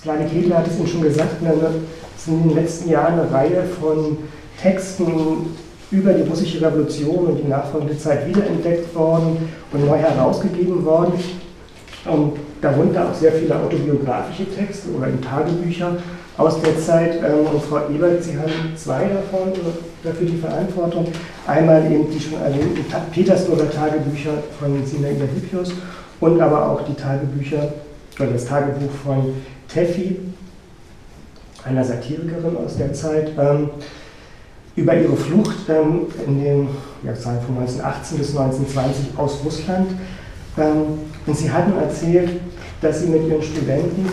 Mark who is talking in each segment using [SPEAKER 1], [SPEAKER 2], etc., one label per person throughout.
[SPEAKER 1] Kleine Kedler hat es Ihnen schon gesagt, es sind in den letzten Jahren eine Reihe von Texten über die russische Revolution und die nachfolgende Zeit wiederentdeckt worden und neu herausgegeben worden. Und darunter auch sehr viele autobiografische Texte oder in Tagebücher aus der Zeit. Und Frau Ebert, Sie haben zwei davon dafür die Verantwortung. Einmal eben die schon erwähnten Petersburger Tagebücher von Zinaida Hippius und aber auch die Tagebücher oder das Tagebuch von Teffi, einer Satirikerin aus der Zeit, über ihre Flucht in den Jahren von 1918 bis 1920 aus Russland. Und sie hatten erzählt, dass sie mit ihren Studenten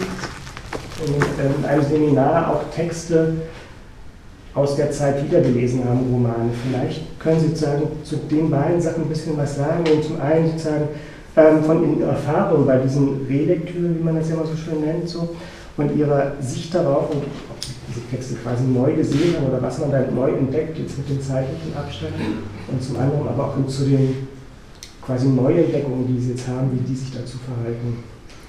[SPEAKER 1] in einem Seminar auch Texte aus der Zeit wiedergelesen haben, Romane. Vielleicht können Sie sozusagen zu den beiden Sachen ein bisschen was sagen. Und zum einen sozusagen von Ihren Erfahrungen bei diesen Relektüren, wie man das ja immer so schön nennt, so, und Ihrer Sicht darauf und ob Sie diese Texte quasi neu gesehen haben oder was man da neu entdeckt, jetzt mit dem zeitlichen Abstand. Und zum anderen aber auch zu den quasi Neuentdeckungen, die Sie jetzt haben, wie die sich dazu verhalten.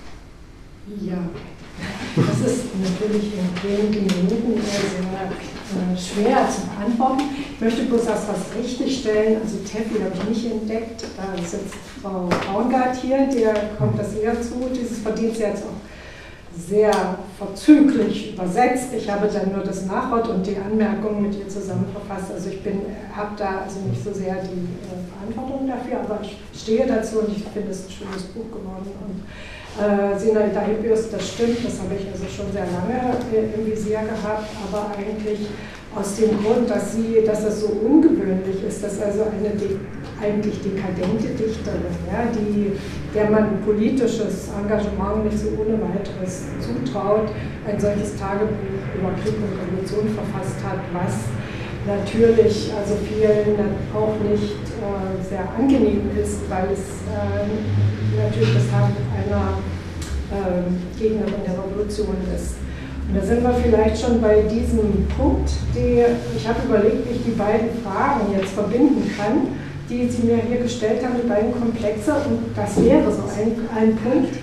[SPEAKER 2] Ja, das ist natürlich in wenigen Minuten sehr schwer zu beantworten. Ich möchte bloß was richtigstellen. Also Teffi habe ich nicht entdeckt. Da sitzt Frau Braungart hier, der kommt das eher zu. Dieses verdient sie jetzt auch sehr verzüglich übersetzt. Ich habe dann nur das Nachwort und die Anmerkungen mit ihr zusammen verfasst. Also ich habe da also nicht so sehr die Verantwortung dafür, aber ich stehe dazu und ich finde es ein schönes Buch geworden. Und Zinaida Hippius, das stimmt, das habe ich also schon sehr lange im Visier gehabt, aber eigentlich aus dem Grund, dass das so ungewöhnlich ist, dass also eine eigentlich dekadente Dichterin, ja, der man politisches Engagement nicht so ohne weiteres zutraut, ein solches Tagebuch über Krieg und Revolution verfasst hat, was natürlich also vielen auch nicht sehr angenehm ist, weil es natürlich das Tagebuch einer Gegnerin der Revolution ist. Und da sind wir vielleicht schon bei diesem Punkt, ich habe überlegt, wie ich die beiden Fragen jetzt verbinden kann, die Sie mir hier gestellt haben, die beiden Komplexe, und das wäre so ein Punkt,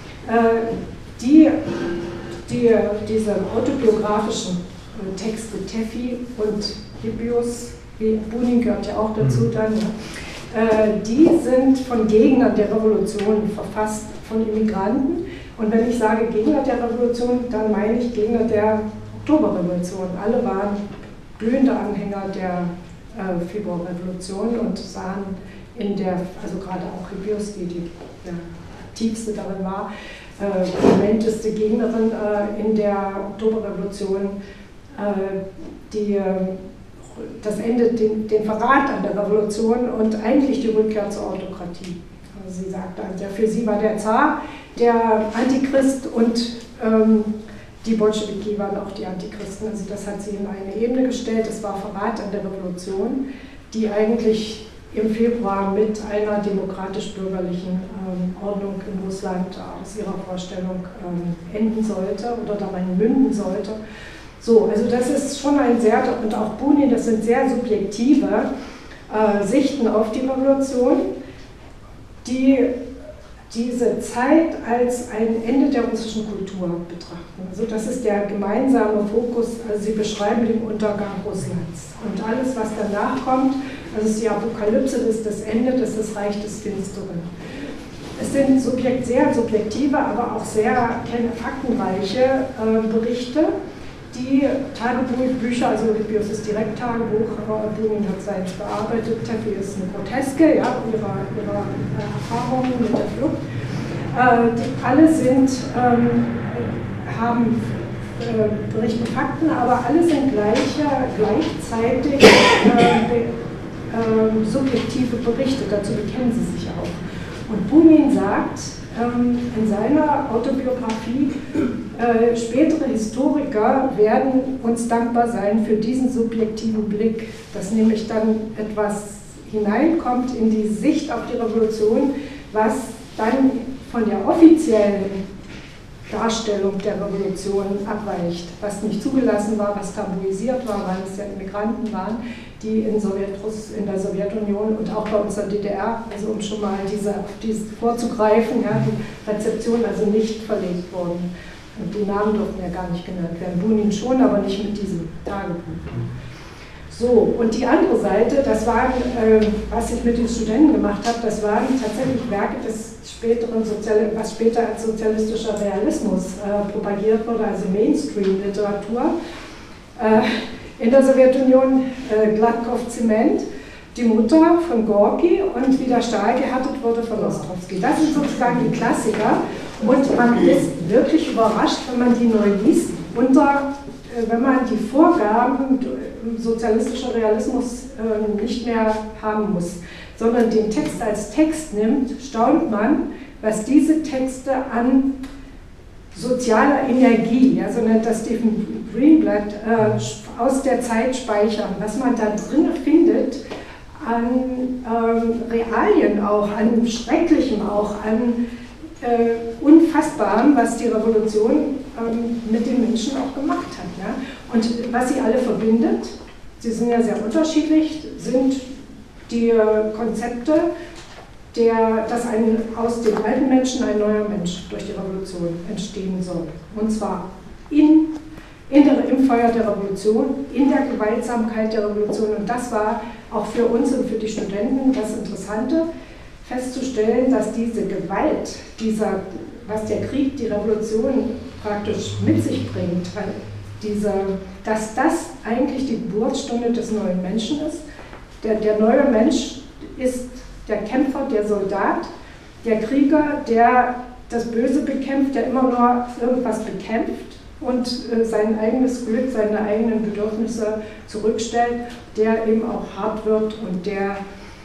[SPEAKER 2] diese autobiografischen Texte Teffi und Hippius, Bunin gehört ja auch dazu dann, die sind von Gegnern der Revolution verfasst, von Immigranten. Und wenn ich sage Gegner der Revolution, dann meine ich Gegner der Oktoberrevolution. Alle waren glühende Anhänger der Februarrevolution und sahen also gerade auch Hippius, die aktivste darin war, prominenteste Gegnerin in der Oktoberrevolution, das Ende, den Verrat an der Revolution und eigentlich die Rückkehr zur Autokratie. Also sie sagte, also für sie war der Zar der Antichrist und die Bolschewiki waren auch die Antichristen. Also das hat sie in eine Ebene gestellt. Es war Verrat an der Revolution, die eigentlich im Februar mit einer demokratisch-bürgerlichen Ordnung in Russland aus ihrer Vorstellung enden sollte oder darin münden sollte. So, also das ist schon und auch Bunin, das sind sehr subjektive Sichten auf die Revolution, die diese Zeit als ein Ende der russischen Kultur betrachten. Also das ist der gemeinsame Fokus, also sie beschreiben den Untergang Russlands. Und alles, was danach kommt, das ist die Apokalypse, das ist das Ende, das ist das Reich des Finsteren. Es sind sehr subjektive, aber auch sehr faktenreiche Berichte, die Tagebücher, also Hippius ist direkt Tagebuch, Bunin hat seins bearbeitet, Teffi ist eine Groteske, ja, ihre Erfahrungen mit der Flucht. Alle berichten Fakten, aber alle sind gleichzeitig subjektive Berichte, dazu bekennen sie sich auch. Und Bunin sagt in seiner Autobiografie, spätere Historiker werden uns dankbar sein für diesen subjektiven Blick, dass nämlich dann etwas hineinkommt in die Sicht auf die Revolution, was dann von der offiziellen Darstellung der Revolution abweicht, was nicht zugelassen war, was tabuisiert war, weil es ja Immigranten waren, die in der Sowjetunion und auch bei uns in der DDR, also um schon mal diese vorzugreifen, ja, die Rezeption also nicht verlegt wurden. Und die Namen durften ja gar nicht genannt werden. Bunin schon, aber nicht mit diesem Tagebuch. So, und die andere Seite, das waren, was ich mit den Studenten gemacht habe, das waren tatsächlich Werke des späteren, was später als sozialistischer Realismus propagiert wurde, also Mainstream-Literatur. In der Sowjetunion Gladkov Zement, die Mutter von Gorki und wie der Stahl gehärtet wurde von Ostrowski. Das sind sozusagen die Klassiker und man ist wirklich überrascht, wenn man die neu liest, wenn man die Vorgaben sozialistischer Realismus nicht mehr haben muss, sondern den Text als Text nimmt, staunt man, was diese Texte an sozialer Energie, ja, so nennt das Stephen Greenblatt, aus der Zeit speichern, was man da drin findet, an Realien auch, an Schrecklichem auch, an Unfassbarem, was die Revolution mit den Menschen auch gemacht hat. Ja? Und was sie alle verbindet, sie sind ja sehr unterschiedlich, sind die Konzepte, dass aus dem alten Menschen ein neuer Mensch durch die Revolution entstehen soll. Und zwar im Feuer der Revolution, in der Gewaltsamkeit der Revolution. Und das war auch für uns und für die Studenten das Interessante, festzustellen, dass diese Gewalt, was der Krieg, die Revolution praktisch mit sich bringt, dass das eigentlich die Geburtsstunde des neuen Menschen ist. Der neue Mensch ist der Kämpfer, der Soldat, der Krieger, der das Böse bekämpft, der immer nur irgendwas bekämpft und sein eigenes Glück, seine eigenen Bedürfnisse zurückstellt, der eben auch hart wird und der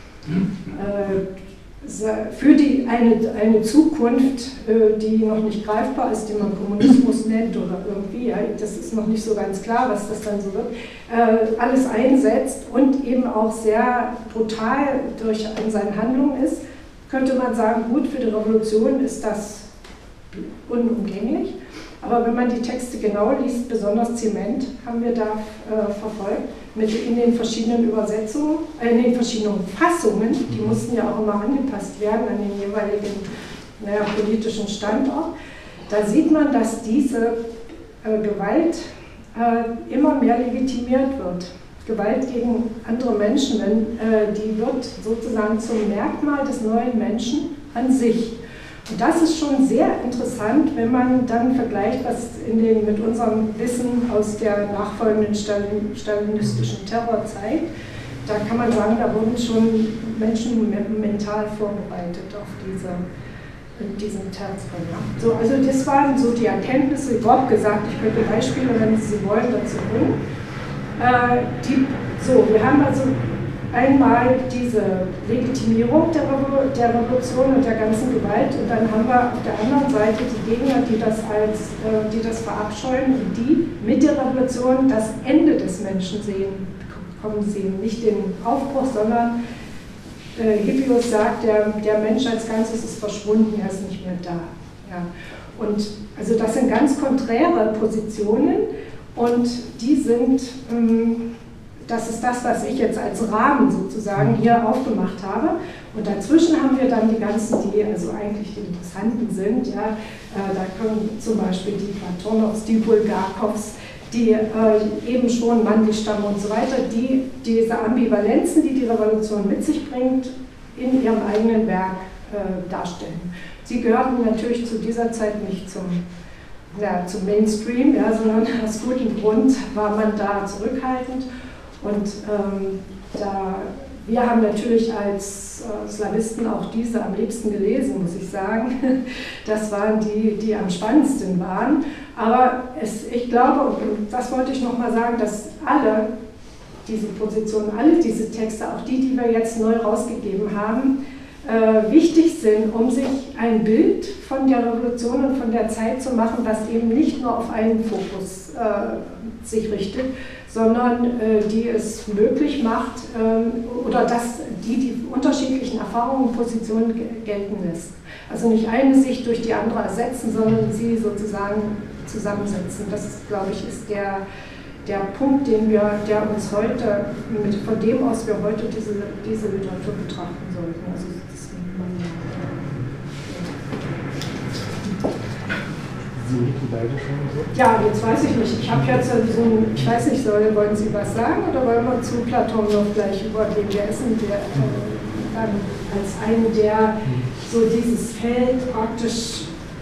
[SPEAKER 2] für eine Zukunft, die noch nicht greifbar ist, die man Kommunismus nennt oder irgendwie, ja, das ist noch nicht so ganz klar, was das dann so wird, alles einsetzt und eben auch sehr brutal in seinen Handlungen ist, könnte man sagen, gut, für die Revolution ist das unumgänglich. Aber wenn man die Texte genau liest, besonders Zement, haben wir da verfolgt, in den verschiedenen Übersetzungen, in den verschiedenen Fassungen, die mussten ja auch immer angepasst werden an den jeweiligen politischen Standort, da sieht man, dass diese Gewalt immer mehr legitimiert wird. Gewalt gegen andere Menschen, die wird sozusagen zum Merkmal des neuen Menschen an sich. Und das ist schon sehr interessant, wenn man dann vergleicht, was mit unserem Wissen aus der nachfolgenden stalinistischen Terrorzeit, da kann man sagen, da wurden schon Menschen mental vorbereitet auf diesen Terror. Ja. So, also das waren so die Erkenntnisse, grob gesagt, ich könnte Beispiele, wenn Sie wollen, dazu bringen. Wir haben also einmal diese Legitimierung der Revolution und der ganzen Gewalt und dann haben wir auf der anderen Seite die Gegner, die das verabscheuen und die mit der Revolution das Ende des Menschen kommen sehen. Nicht den Aufbruch, sondern Hippius sagt, der Mensch als Ganzes ist verschwunden, er ist nicht mehr da. Ja. Und also das sind ganz konträre Positionen und die sind... Das ist das, was ich jetzt als Rahmen sozusagen hier aufgemacht habe. Und dazwischen haben wir dann die ganzen, die also eigentlich die interessanten sind. Ja. Da kommen zum Beispiel die Platonows, die Bulgakows, die eben schon Mandelstamm und so weiter, die diese Ambivalenzen, die die Revolution mit sich bringt, in ihrem eigenen Werk darstellen. Sie gehörten natürlich zu dieser Zeit nicht zum Mainstream, ja, sondern aus gutem Grund war man da zurückhaltend. Und wir haben natürlich als Slawisten auch diese am liebsten gelesen, muss ich sagen. Das waren die am spannendsten waren. Aber ich glaube, und das wollte ich nochmal sagen, dass alle diese Positionen, alle diese Texte, auch die wir jetzt neu rausgegeben haben, wichtig sind, um sich ein Bild von der Revolution und von der Zeit zu machen, was eben nicht nur auf einen Fokus sich richtet, sondern die es möglich macht oder dass die unterschiedlichen Erfahrungen und Positionen gelten lässt. Also nicht eine Sicht durch die andere ersetzen, sondern sie sozusagen zusammensetzen. Das ist, glaube ich, ist der Punkt, der uns heute, von dem aus wir heute diese Literatur betrachten sollten. Also
[SPEAKER 3] Sie
[SPEAKER 1] antisemitischen beide schon so?
[SPEAKER 2] Ja, jetzt weiß ich nicht. Ich habe jetzt so ein, ich weiß nicht, wollen Sie was sagen oder wollen wir zu Platonow gleich übergehen? Der ist der, als einen, der so dieses Feld praktisch,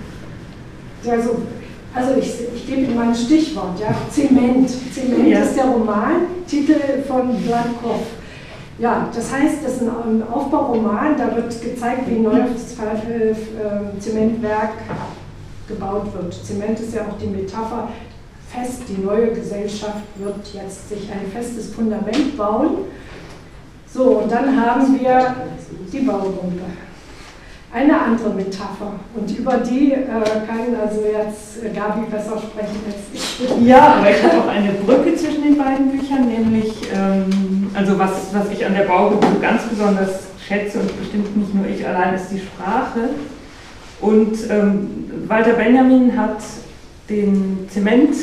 [SPEAKER 2] der so, also ich gebe Ihnen mal ein Stichwort, ja, Zement. Zement ist der Romantitel von Gladkow. Ja, das heißt, das ist ein Aufbauroman, da wird gezeigt, wie ein neues Zementwerk gebaut wird. Zement ist ja auch die Metapher, die neue Gesellschaft wird jetzt sich ein festes Fundament bauen. So, und dann haben wir die Baubombe. Eine andere Metapher. Und über die kann also jetzt Gabi besser sprechen als ich.
[SPEAKER 3] Ja, aber ich habe auch eine Brücke zwischen den beiden Büchern, nämlich, also was ich an der Baubombe ganz besonders schätze und bestimmt nicht nur ich allein, ist die Sprache. Und Walter Benjamin hat den Zement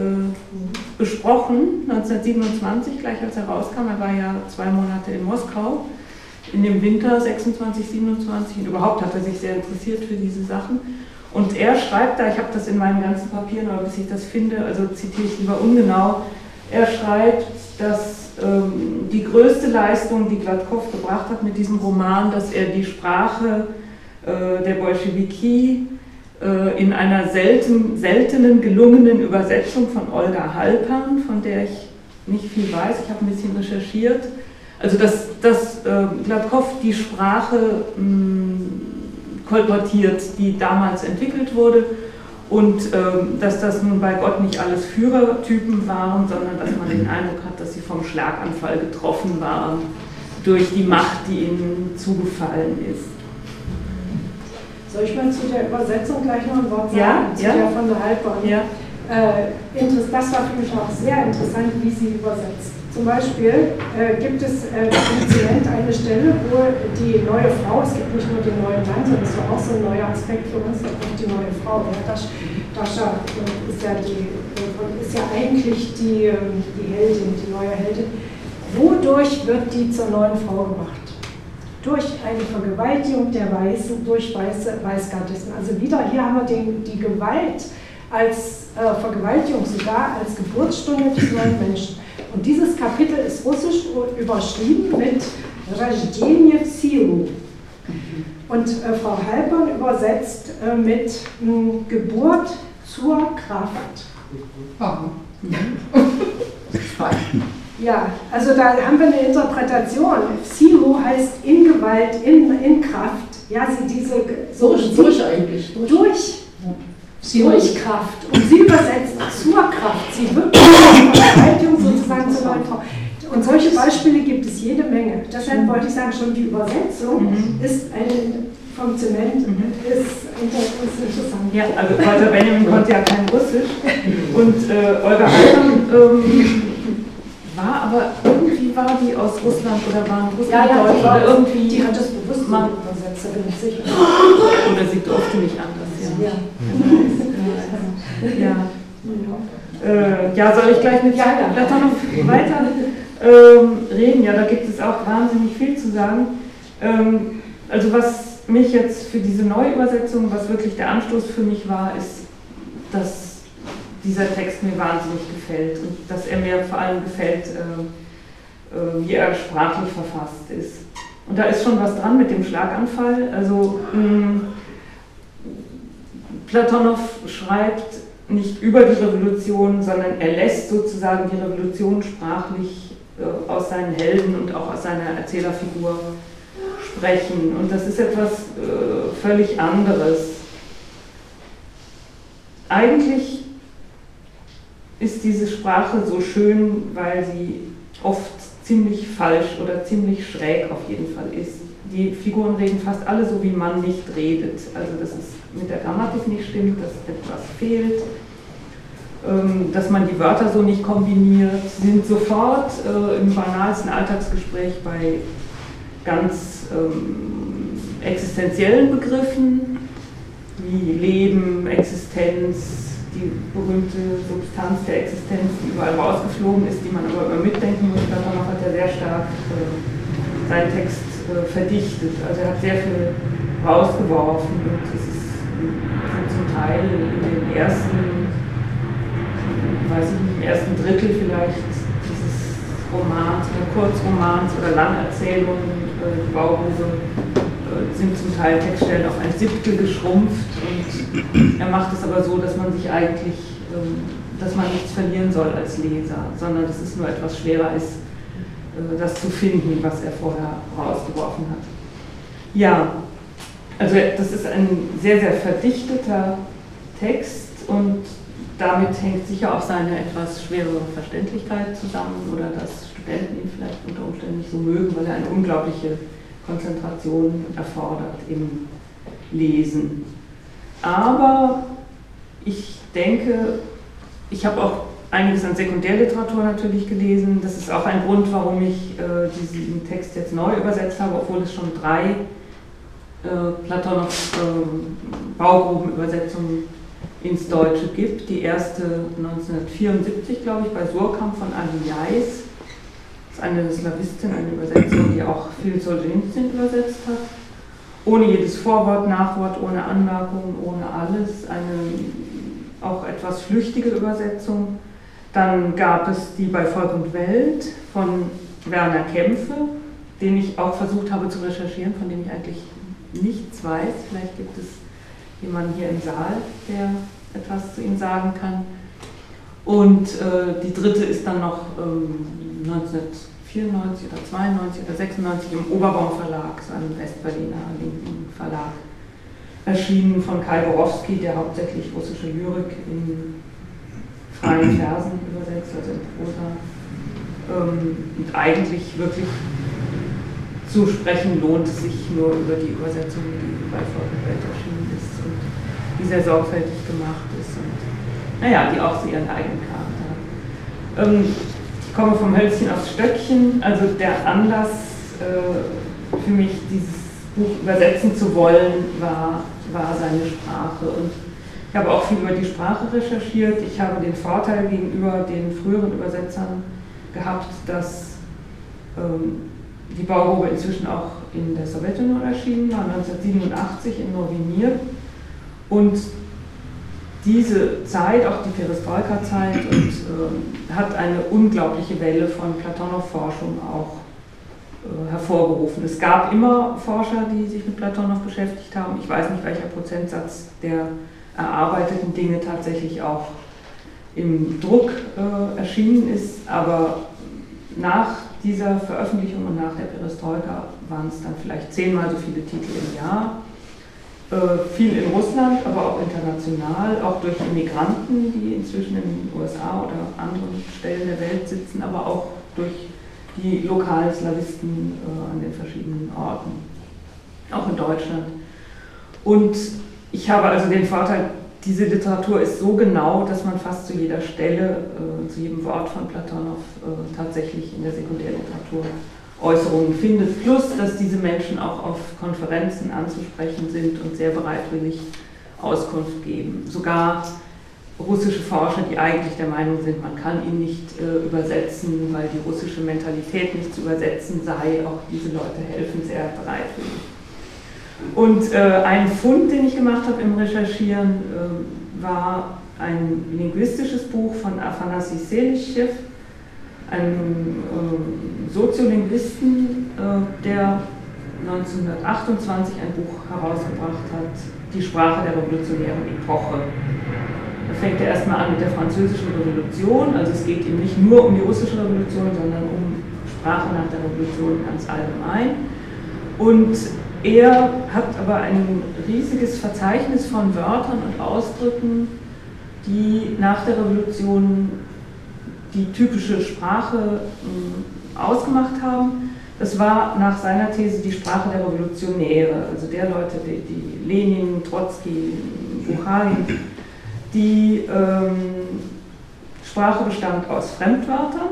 [SPEAKER 3] besprochen, 1927, gleich als er rauskam. Er war ja 2 Monate in Moskau, in dem Winter 26, 27. Und überhaupt hat er sich sehr interessiert für diese Sachen. Und er schreibt da, ich habe das in meinen ganzen Papieren, aber bis ich das finde, also zitiere ich lieber ungenau, er schreibt, dass die größte Leistung, die Gladkow gebracht hat mit diesem Roman, dass er die Sprache der Bolschewiki in einer seltenen, gelungenen Übersetzung von Olga Halpern, von der ich nicht viel weiß, ich habe ein bisschen recherchiert, also dass Gladkow die Sprache kolportiert, die damals entwickelt wurde und dass das nun bei Gott nicht alles Führertypen waren, sondern dass man den Eindruck hat, dass sie vom Schlaganfall getroffen waren durch die Macht, die ihnen zugefallen ist.
[SPEAKER 2] Soll ich mal zu der Übersetzung gleich noch ein Wort sagen?
[SPEAKER 3] Ja,
[SPEAKER 2] zu der von der Halpern.
[SPEAKER 3] Ja.
[SPEAKER 2] Das war für mich auch sehr interessant, wie sie übersetzt. Zum Beispiel gibt es im Zement eine Stelle, wo die neue Frau, es gibt nicht nur den neuen Mann, sondern es war auch so ein neuer Aspekt für uns, auch die neue Frau. Ja, Dascha ist ja eigentlich die Heldin, die neue Heldin. Wodurch wird die zur neuen Frau gemacht? Durch eine Vergewaltigung der Weißen, durch Weißgartisten. Also wieder hier haben wir die Gewalt als Vergewaltigung, sogar als Geburtsstunde des neuen Menschen. Und dieses Kapitel ist russisch überschrieben mit Rождение в силу. Und Frau Halpern übersetzt mit Geburt zur Kraft. Ja, also da haben wir eine Interpretation. Silo heißt in Gewalt, in Kraft. Ja, durch eigentlich. Durch Kraft. Und sie übersetzt zur Kraft. Sie wird die Verwaltung sozusagen zur neuen Frau. Und solche Beispiele gibt es jede Menge. Deshalb wollte ich sagen, schon die Übersetzung ist vom Zement ist interessant. Ja,
[SPEAKER 3] also Walter Benjamin konnte ja kein Russisch. Und Olga Halpern war aber irgendwie war die aus Russland oder waren Russland Deutsch oder irgendwie.
[SPEAKER 2] Die hat das bewusst mal übersetzt, da bin ich sicher.
[SPEAKER 3] Oder sie durfte nicht anders. Ja, soll ich gleich mit Platonow weiter reden? Ja, da gibt es auch wahnsinnig viel zu sagen. Also was mich jetzt für diese Neuübersetzung, was wirklich der Anstoß für mich war, ist, dass dieser Text mir wahnsinnig gefällt und dass er mir vor allem gefällt, wie er sprachlich verfasst ist. Und da ist schon was dran mit dem Schlaganfall. Also Platonow schreibt nicht über die Revolution, sondern er lässt sozusagen die Revolution sprachlich aus seinen Helden und auch aus seiner Erzählerfigur sprechen. Und das ist etwas völlig anderes. Eigentlich ist diese Sprache so schön, weil sie oft ziemlich falsch oder ziemlich schräg auf jeden Fall ist. Die Figuren reden fast alle so, wie man nicht redet. Also dass es mit der Grammatik nicht stimmt, dass etwas fehlt, dass man die Wörter so nicht kombiniert, sind sofort im banalsten Alltagsgespräch bei ganz existenziellen Begriffen wie Leben, Existenz, die berühmte Substanz der Existenz, die überall rausgeflogen ist, die man aber immer mitdenken muss. Platonow hat ja sehr stark seinen Text verdichtet. Also er hat sehr viel rausgeworfen und es sind zum Teil in den ersten, weiß ich nicht, im ersten Drittel vielleicht dieses Romans oder Kurzromans oder Langerzählungen, die Baugrube, sind zum Teil Textstellen auf ein Siebtel geschrumpft und er macht es aber so, dass man sich eigentlich, dass man nichts verlieren soll als Leser, sondern dass es nur etwas schwerer ist, das zu finden, was er vorher rausgeworfen hat. Ja, also das ist ein sehr, sehr verdichteter Text und damit hängt sicher auch seine etwas schwerere Verständlichkeit zusammen oder dass Studenten ihn vielleicht unter Umständen nicht so mögen, weil er eine unglaubliche Konzentration erfordert im Lesen. Aber ich denke, ich habe auch einiges an Sekundärliteratur natürlich gelesen. Das ist auch ein Grund, warum ich diesen Text jetzt neu übersetzt habe, obwohl es schon 3 Platonov-Baugrubenübersetzungen ins Deutsche gibt. Die erste 1974, glaube ich, bei Surkamp von Ali Jais. Das ist eine Slawistin, eine Übersetzung, die auch viel Solzhenitsyn übersetzt hat. Ohne jedes Vorwort, Nachwort, ohne Anmerkungen, ohne alles. Eine auch etwas flüchtige Übersetzung. Dann gab es die bei Volk und Welt von Werner Kempfe, den ich auch versucht habe zu recherchieren, von dem ich eigentlich nichts weiß. Vielleicht gibt es jemanden hier im Saal, der etwas zu ihm sagen kann. Und die dritte ist dann noch 1994 oder 92 oder 96 im Oberbaum Verlag, so einem Westberliner linken Verlag, erschienen von Kai Borowski, der hauptsächlich russische Lyrik in freien Versen übersetzt, also in Prosa. Und eigentlich wirklich zu sprechen lohnt es sich nur über die Übersetzung, die bei Volk und Welt erschienen ist und die sehr sorgfältig gemacht ist und naja, die auch so ihren eigenen Charakter hat. Ich komme vom Hölzchen aufs Stöckchen, also der Anlass für mich, dieses Buch übersetzen zu wollen, war seine Sprache. Und ich habe auch viel über die Sprache recherchiert. Ich habe den Vorteil gegenüber den früheren Übersetzern gehabt, dass die Baugrube inzwischen auch in der Sowjetunion erschienen war, 1987 in Novimir. Und diese Zeit, auch die Perestroika-Zeit, hat eine unglaubliche Welle von Platonow-Forschung auch hervorgerufen. Es gab immer Forscher, die sich mit Platonow beschäftigt haben. Ich weiß nicht, welcher Prozentsatz der erarbeiteten Dinge tatsächlich auch im Druck erschienen ist, aber nach dieser Veröffentlichung und nach der Perestroika waren es dann vielleicht 10-mal so viele Titel im Jahr. Viel in Russland, aber auch international, auch durch Immigranten, die inzwischen in den USA oder anderen Stellen der Welt sitzen, aber auch durch die lokalen Slawisten an den verschiedenen Orten, auch in Deutschland. Und ich habe also den Vorteil, diese Literatur ist so genau, dass man fast zu jeder Stelle, zu jedem Wort von Platonow tatsächlich in der Sekundärliteratur Äußerungen findet, plus dass diese Menschen auch auf Konferenzen anzusprechen sind und sehr bereitwillig Auskunft geben. Sogar russische Forscher, die eigentlich der Meinung sind, man kann ihn nicht übersetzen, weil die russische Mentalität nicht zu übersetzen sei, auch diese Leute helfen sehr bereitwillig. Und ein Fund, den ich gemacht habe im Recherchieren, war ein linguistisches Buch von Afanassi Selischew, einem Soziolinguisten, der 1928 ein Buch herausgebracht hat, Die Sprache der revolutionären Epoche. Da fängt er erstmal an mit der französischen Revolution, also es geht ihm nicht nur um die russische Revolution, sondern um Sprache nach der Revolution ganz allgemein. Und er hat aber ein riesiges Verzeichnis von Wörtern und Ausdrücken, die nach der Revolution die typische Sprache ausgemacht haben. Das war nach seiner These die Sprache der Revolutionäre, also der Leute, die Lenin, Trotzki, Bukharin. Die Sprache bestand aus Fremdwörtern,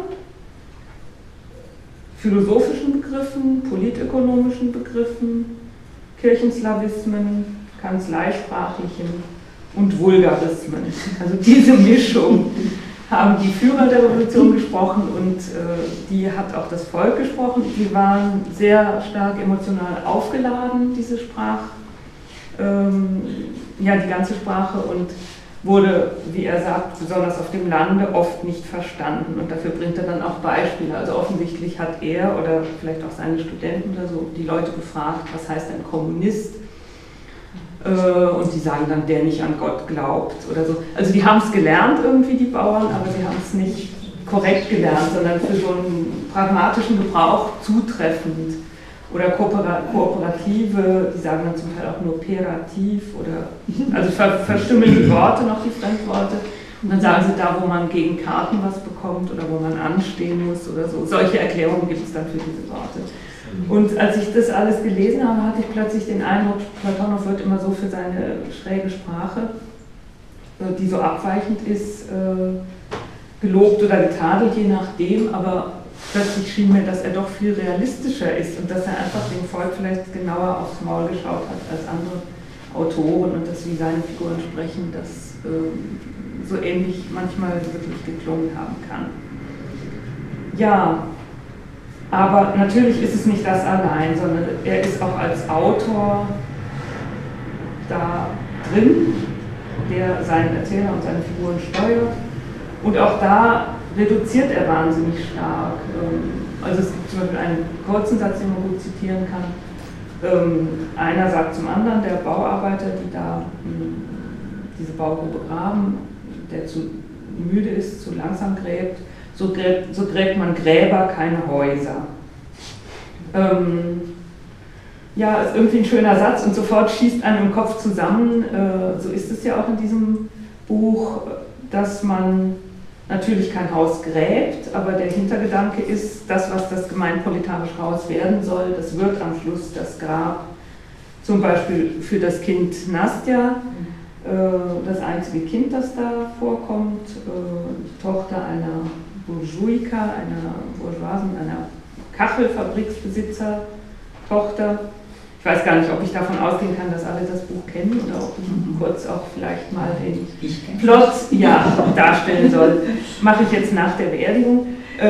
[SPEAKER 3] philosophischen Begriffen, politökonomischen Begriffen, Kirchenslawismen, kanzleisprachlichen und Vulgarismen. Also diese Mischung haben die Führer der Revolution gesprochen und die hat auch das Volk gesprochen. Die waren sehr stark emotional aufgeladen, diese ja, die ganze Sprache und wurde, wie er sagt, besonders auf dem Lande oft nicht verstanden. Und dafür bringt er dann auch Beispiele. Also offensichtlich hat er oder vielleicht auch seine Studenten oder so die Leute gefragt, was heißt ein Kommunist? Und die sagen dann, der nicht an Gott glaubt oder so. Also die haben es gelernt irgendwie, die Bauern, aber sie haben es nicht korrekt gelernt, sondern für so einen pragmatischen Gebrauch zutreffend. Oder Kooperative, die sagen dann zum Teil auch nur perativ oder also verstümmeln die Worte noch, die Fremdworte. Und dann sagen sie da, wo man gegen Karten was bekommt oder wo man anstehen muss oder so. Solche Erklärungen gibt es dann für diese Worte. Und als ich das alles gelesen habe, hatte ich plötzlich den Eindruck, Platonow wird immer so für seine schräge Sprache, die so abweichend ist, gelobt oder getadelt, je nachdem, aber plötzlich schien mir, dass er doch viel realistischer ist und dass er einfach dem Volk vielleicht genauer aufs Maul geschaut hat als andere Autoren und dass wie seine Figuren sprechen, das so ähnlich manchmal wirklich geklungen haben kann. Ja, aber natürlich ist es nicht das allein, sondern er ist auch als Autor da drin, der seinen Erzähler und seine Figuren steuert. Und auch da reduziert er wahnsinnig stark. Also es gibt zum Beispiel einen kurzen Satz, den man gut zitieren kann. Einer sagt zum anderen, der Bauarbeiter, die da diese Baugrube graben, der zu müde ist, zu langsam gräbt, so gräbt man Gräber, keine Häuser. Ja, ist irgendwie ein schöner Satz und sofort schießt einem im Kopf zusammen, so ist es ja auch in diesem Buch, dass man natürlich kein Haus gräbt, aber der Hintergedanke ist, das, was das gemeinproletarische Haus werden soll, das wird am Schluss das Grab, zum Beispiel für das Kind Nastja, das einzige Kind, das da vorkommt, Tochter einer Bourgeoika, einer Bourgeoisen, einer Kachelfabriksbesitzer, Tochter. Ich weiß gar nicht, ob ich davon ausgehen kann, dass alle das Buch kennen oder ob ich kurz auch vielleicht mal den Plot darstellen soll. Mache ich jetzt nach der Beerdigung.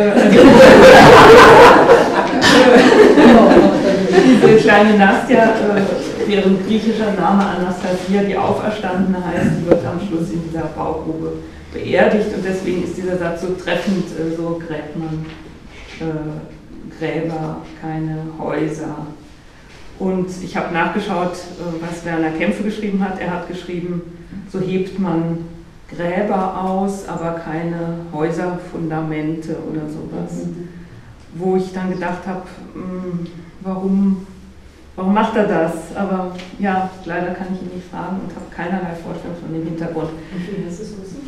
[SPEAKER 3] Diese kleine Nastja, deren griechischer Name Anastasia, die Auferstandene heißt, die wird am Schluss in dieser Baugrube beerdigt und deswegen ist dieser Satz so treffend, so gräbt man Gräber, keine Häuser. Und ich habe nachgeschaut, was Werner Kempfe geschrieben hat. Er hat geschrieben, so hebt man Gräber aus, aber keine Häuserfundamente oder sowas. Wo ich dann gedacht habe, warum macht er das? Aber ja, leider kann ich ihn nicht fragen und habe keinerlei Vorstellung von dem Hintergrund.
[SPEAKER 2] Und wie heißt es Russisch?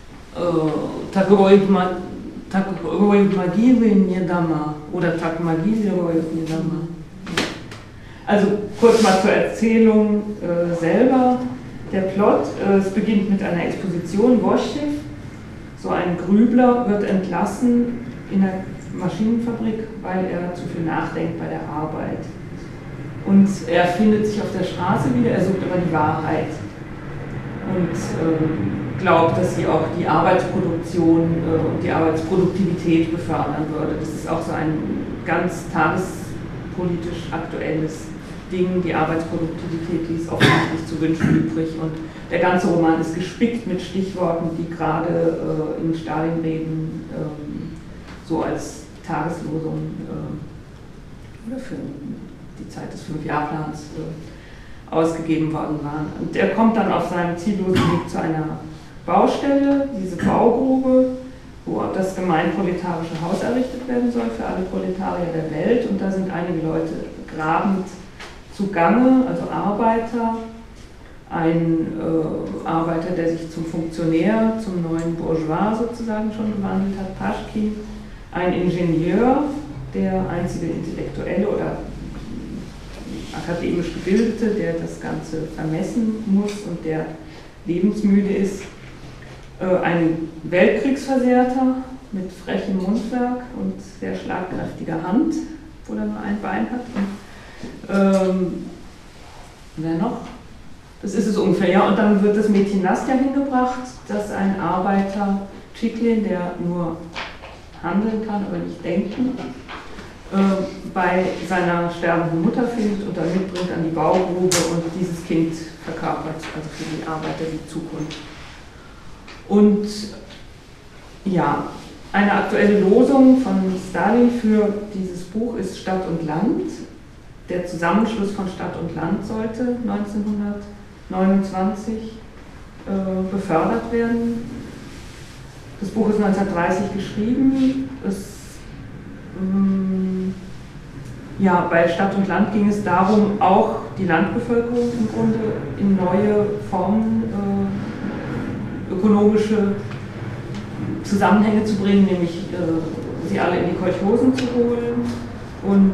[SPEAKER 3] Tak roют могилы не дома oder tak могилы роют не дома. Also kurz mal zur Erzählung selber. Der Plot, es beginnt mit einer Exposition, Wojciech, so ein Grübler, wird entlassen in der Maschinenfabrik, weil er zu viel nachdenkt bei der Arbeit. Und er findet sich auf der Straße wieder, er sucht aber die Wahrheit und glaubt, dass sie auch die Arbeitsproduktion und die Arbeitsproduktivität befördern würde. Das ist auch so ein ganz tagespolitisch aktuelles Ding. Die Arbeitsproduktivität ließ offensichtlich zu wünschen übrig und der ganze Roman ist gespickt mit Stichworten, die gerade in Stalinreden so als Tageslosung oder für die Zeit des 5-Jahr-Plans ausgegeben worden waren. Und er kommt dann auf seinem ziellosen Weg zu einer Baustelle, diese Baugrube, wo das gemeinproletarische Haus errichtet werden soll für alle Proletarier der Welt. Und da sind einige Leute grabend zugange, also Arbeiter, ein Arbeiter, der sich zum Funktionär, zum neuen Bourgeois sozusagen schon gewandelt hat, Paschkin, ein Ingenieur, der einzige Intellektuelle oder akademisch Gebildete, der das Ganze vermessen muss und der lebensmüde ist, ein Weltkriegsversehrter mit frechem Mundwerk und sehr schlagkräftiger Hand, obwohl er nur ein Bein hat. Und, wer noch? Das ist es ungefähr, ja. Und dann wird das Mädchen Nastja hingebracht, das ein Arbeiter, Chiklin, der nur handeln kann, aber nicht denken, bei seiner sterbenden Mutter findet und dann mitbringt an die Baugrube und dieses Kind verkörpert, also für die Arbeiter die Zukunft. Und ja, eine aktuelle Losung von Stalin für dieses Buch ist Stadt und Land. Der Zusammenschluss von Stadt und Land sollte 1929 befördert werden. Das Buch ist 1930 geschrieben. Bei Stadt und Land ging es darum, auch die Landbevölkerung im Grunde in neue Formen, ökonomische Zusammenhänge zu bringen, nämlich sie alle in die Kolchosen zu holen. Und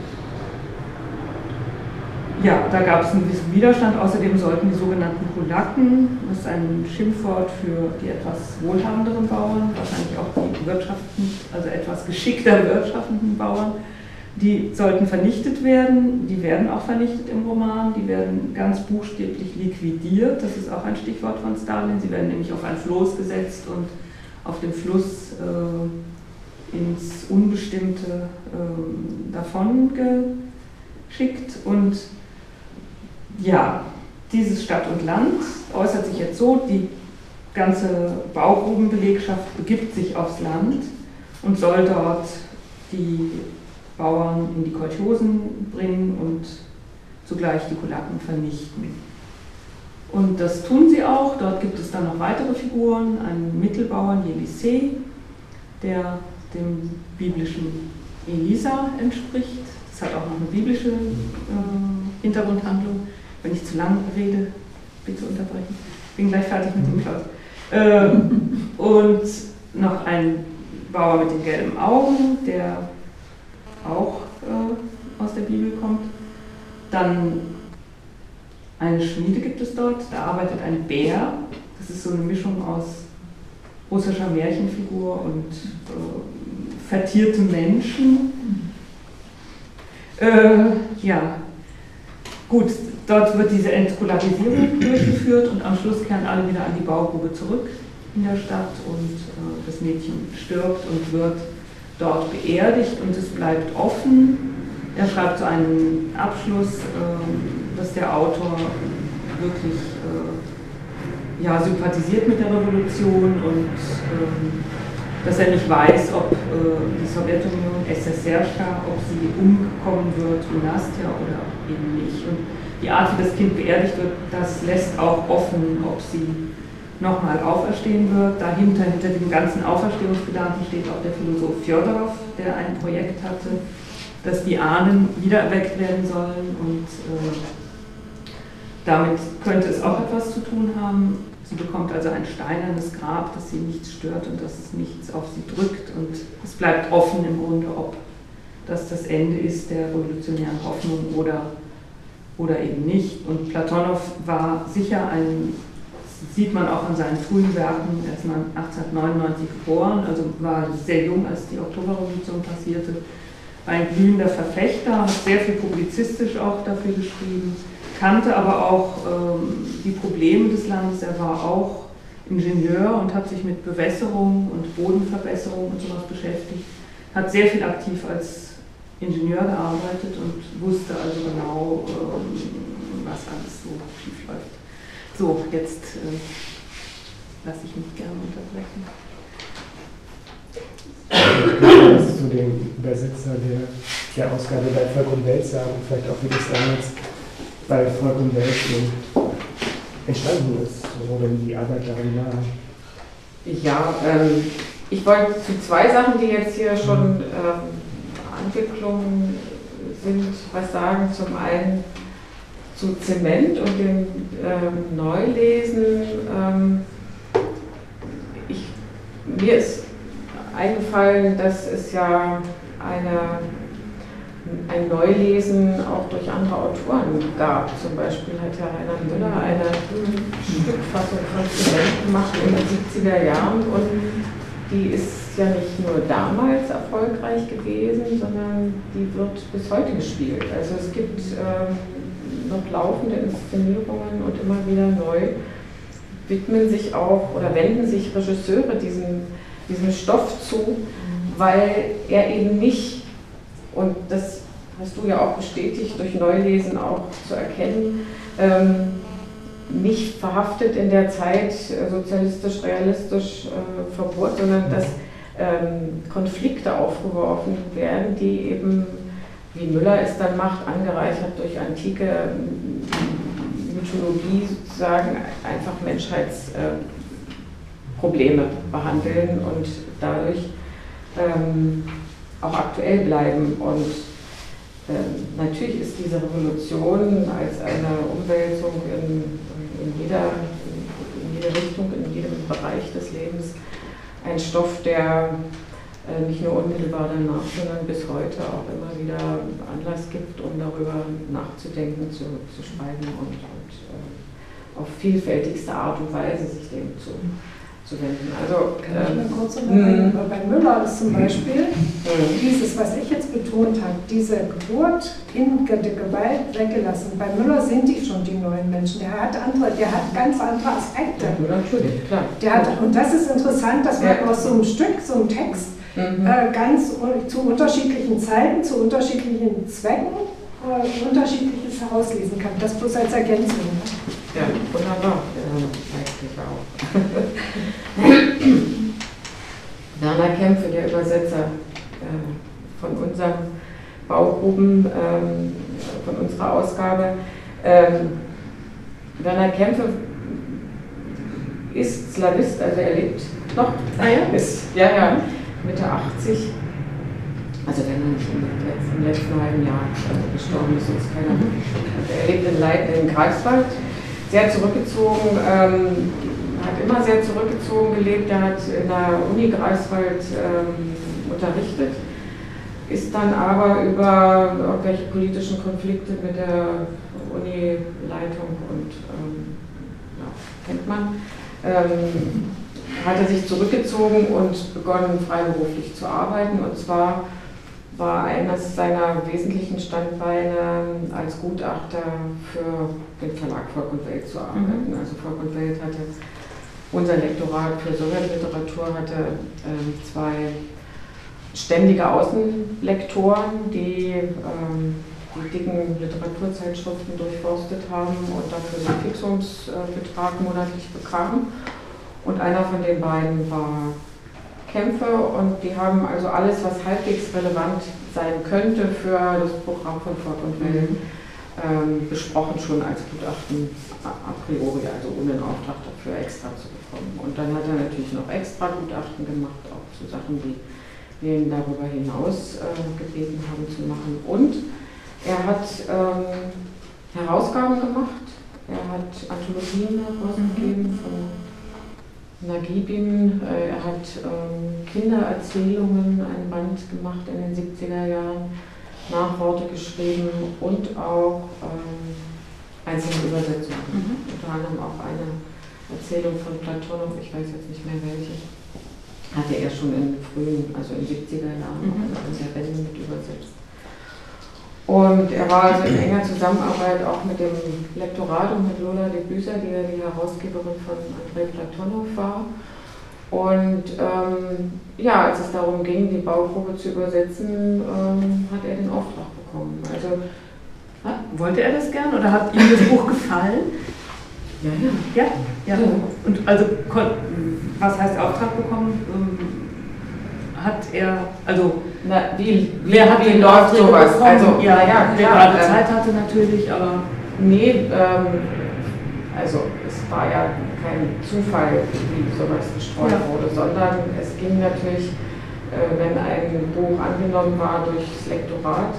[SPEAKER 3] ja, da gab es einen gewissen Widerstand. Außerdem sollten die sogenannten Kulaken, das ist ein Schimpfwort für die etwas wohlhabenderen Bauern, wahrscheinlich auch die etwas geschickter wirtschaftenden Bauern, die sollten vernichtet werden. Die werden auch vernichtet im Roman. Die werden ganz buchstäblich liquidiert. Das ist auch ein Stichwort von Stalin. Sie werden nämlich auf ein Floß gesetzt und auf dem Fluss ins Unbestimmte davon geschickt. Und ja, dieses Stadt und Land äußert sich jetzt so, die ganze Baugrubenbelegschaft begibt sich aufs Land und soll dort die Bauern in die Kolchosen bringen und zugleich die Kulaken vernichten. Und das tun sie auch. Dort gibt es dann noch weitere Figuren, einen Mittelbauern, Jelisej, der dem biblischen Elisa entspricht. Das hat auch noch eine biblische Hintergrundhandlung. Wenn ich zu lang rede, bitte unterbrechen. Ich bin gleich fertig mit dem Plot. Und noch ein Bauer mit den gelben Augen, der auch aus der Bibel kommt. Dann eine Schmiede gibt es dort, da arbeitet ein Bär. Das ist so eine Mischung aus russischer Märchenfigur und vertiertem Menschen. Gut, dort wird diese Entkularisierung durchgeführt und am Schluss kehren alle wieder an die Baugrube zurück in der Stadt und das Mädchen stirbt und wird dort beerdigt und es bleibt offen. Er schreibt so einen Abschluss, dass der Autor wirklich sympathisiert mit der Revolution und dass er nicht weiß, ob die Sowjetunion, SSSR, ob sie umkommen wird wie Nastja oder eben nicht. Und die Art, wie das Kind beerdigt wird, das lässt auch offen, ob sie nochmal auferstehen wird. Dahinter, hinter dem ganzen Auferstehungsgedanken steht auch der Philosoph Fjodorov, der ein Projekt hatte, dass die Ahnen wiedererweckt werden sollen und damit könnte es auch etwas zu tun haben. Sie bekommt also ein steinernes Grab, das sie nichts stört und dass es nichts auf sie drückt und es bleibt offen im Grunde, ob das das Ende ist der revolutionären Hoffnung oder eben nicht. Und Platonow war sicher sieht man auch an seinen frühen Werken, er ist 1899 geboren, also war sehr jung, als die Oktoberrevolution passierte, war ein glühender Verfechter, hat sehr viel publizistisch auch dafür geschrieben, kannte aber auch die Probleme des Landes, er war auch Ingenieur und hat sich mit Bewässerung und Bodenverbesserung und sowas beschäftigt, hat sehr viel aktiv als Ingenieur gearbeitet und wusste also genau, was alles so schief läuft. So, jetzt lasse ich mich gerne unterbrechen.
[SPEAKER 1] Was zu dem Übersetzer der Ausgabe bei Volk und Welt sagen, vielleicht auch wie das damals bei Volk und Welt entstanden ist, oder wie die Arbeit darin war.
[SPEAKER 4] Ja, ich wollte zu zwei Sachen, die jetzt hier schon angeklungen sind, was sagen. Zum einen zu Zement und dem Neulesen. Mir ist eingefallen, dass es ja ein Neulesen auch durch andere Autoren gab. Zum Beispiel hat ja Rainer Müller eine Stückfassung von Zement gemacht in den 70er Jahren und die ist ja nicht nur damals erfolgreich gewesen, sondern die wird bis heute gespielt. Also es gibt noch laufende Inszenierungen und immer wieder neu widmen sich auch oder wenden sich Regisseure diesem Stoff zu, weil er eben nicht und das hast du ja auch bestätigt, durch Neulesen auch zu erkennen, nicht verhaftet in der Zeit sozialistisch-realistisch verbohrt, sondern dass Konflikte aufgeworfen werden, die eben, wie Müller es dann macht, angereichert durch antike Mythologie sozusagen einfach Menschheitsprobleme behandeln und dadurch auch aktuell bleiben. Und natürlich ist diese Revolution als eine Umwälzung in jeder Richtung, in jedem Bereich des Lebens ein Stoff, der nicht nur unmittelbar danach, sondern bis heute auch immer wieder Anlass gibt, um darüber nachzudenken, zu schreiben und auf vielfältigste Art und Weise sich dem zu wenden. Also,
[SPEAKER 2] kann ich mal kurz unterbrechen? Bei Müller ist zum Beispiel dieses, was ich jetzt betont habe, diese Geburt in der Gewalt weggelassen. Bei Müller sind die schon die neuen Menschen. Der hat ganz andere Aspekte.
[SPEAKER 4] Ja, natürlich, klar.
[SPEAKER 2] Und das ist interessant, dass man aus so einem Stück, so einem Text, ganz zu unterschiedlichen Zeiten, zu unterschiedlichen Zwecken Unterschiedliches herauslesen kann. Das bloß als Ergänzung.
[SPEAKER 4] Ja, wunderbar. Eigentlich auch. Werner Kempfe, der Übersetzer von unserem Baugruben, von unserer Ausgabe. Werner Kempfe ist Slavist, also er lebt noch, ist Mitte 80. Also wenn er nicht im letzten halben Jahr gestorben ist, sonst keiner. Er lebt in Leiden im Greifswald, sehr zurückgezogen, hat immer sehr zurückgezogen gelebt. Er hat in der Uni Greifswald unterrichtet, ist dann aber über irgendwelche politischen Konflikte mit der Unileitung und kennt man, hat er sich zurückgezogen und begonnen freiberuflich zu arbeiten, und zwar war eines seiner wesentlichen Standbeine als Gutachter für den Verlag Volk und Welt zu arbeiten. Also Volk und Welt hatte, unser Lektorat für Sowjetliteratur hatte zwei ständige Außenlektoren, die die dicken Literaturzeitschriften durchforstet haben und dafür einen Fixungsbetrag monatlich bekamen. Und einer von den beiden war Kempfe, und die haben also alles, was halbwegs relevant sein könnte für das Programm von Volk und Welt, besprochen, schon als Gutachten a priori, also ohne einen Auftrag dafür extra zu bekommen. Und dann hat er natürlich noch extra Gutachten gemacht, auch zu Sachen, die wir ihn darüber hinaus gebeten haben zu machen. Und er hat Herausgaben gemacht, er hat Anthologien herausgegeben von Nagibin, er hat Kindererzählungen, ein Band gemacht in den 70er Jahren, Nachworte geschrieben und auch einzelne Übersetzungen. Unter anderem auch eine Erzählung von Platonow, ich weiß jetzt nicht mehr welche, hatte er schon in frühen, also in 70er Jahren an der Wende mit übersetzt. Und er war also in enger Zusammenarbeit auch mit dem Lektorat und mit Lola de Büser, die ja die Herausgeberin von Andrei Platonow war. Und als es darum ging, die Bauprobe zu übersetzen, hat er den Auftrag bekommen. Also,
[SPEAKER 3] wollte er das gern oder hat ihm das Buch gefallen? Ja. Und also, was heißt Auftrag bekommen? Hat er, also, wer hat den Auftrag
[SPEAKER 4] sowas?
[SPEAKER 3] bekommen?
[SPEAKER 4] Also,
[SPEAKER 3] wer gerade Zeit hatte natürlich, aber...
[SPEAKER 4] Nee, also es war ja kein Zufall, wie sowas gestreut wurde, sondern es ging natürlich, wenn ein Buch angenommen war durchs Lektorat,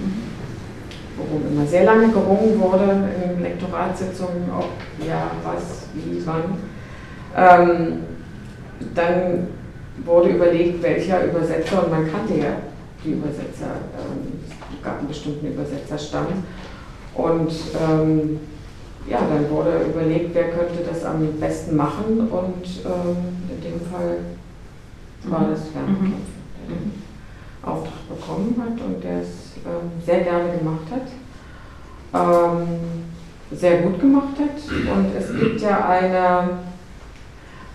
[SPEAKER 4] worum immer sehr lange gerungen wurde in Lektoratssitzungen, ob was, wie, wann, dann wurde überlegt, welcher Übersetzer, und man kannte ja die Übersetzer, es gab einen bestimmten Übersetzerstamm, und dann wurde überlegt, wer könnte das am besten machen, und in dem Fall war das Werner Kempfe, der den Auftrag bekommen hat und der es sehr gerne gemacht hat, sehr gut gemacht hat. Und es gibt ja eine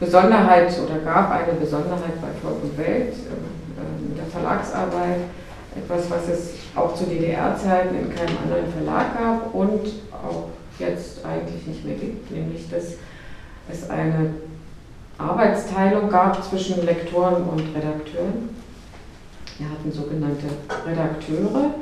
[SPEAKER 4] Besonderheit oder gab eine Besonderheit bei Volk und Welt in der Verlagsarbeit, etwas, was es auch zu DDR-Zeiten in keinem anderen Verlag gab und auch jetzt eigentlich nicht mehr gibt, nämlich dass es eine Arbeitsteilung gab zwischen Lektoren und Redakteuren. Wir hatten sogenannte Redakteure,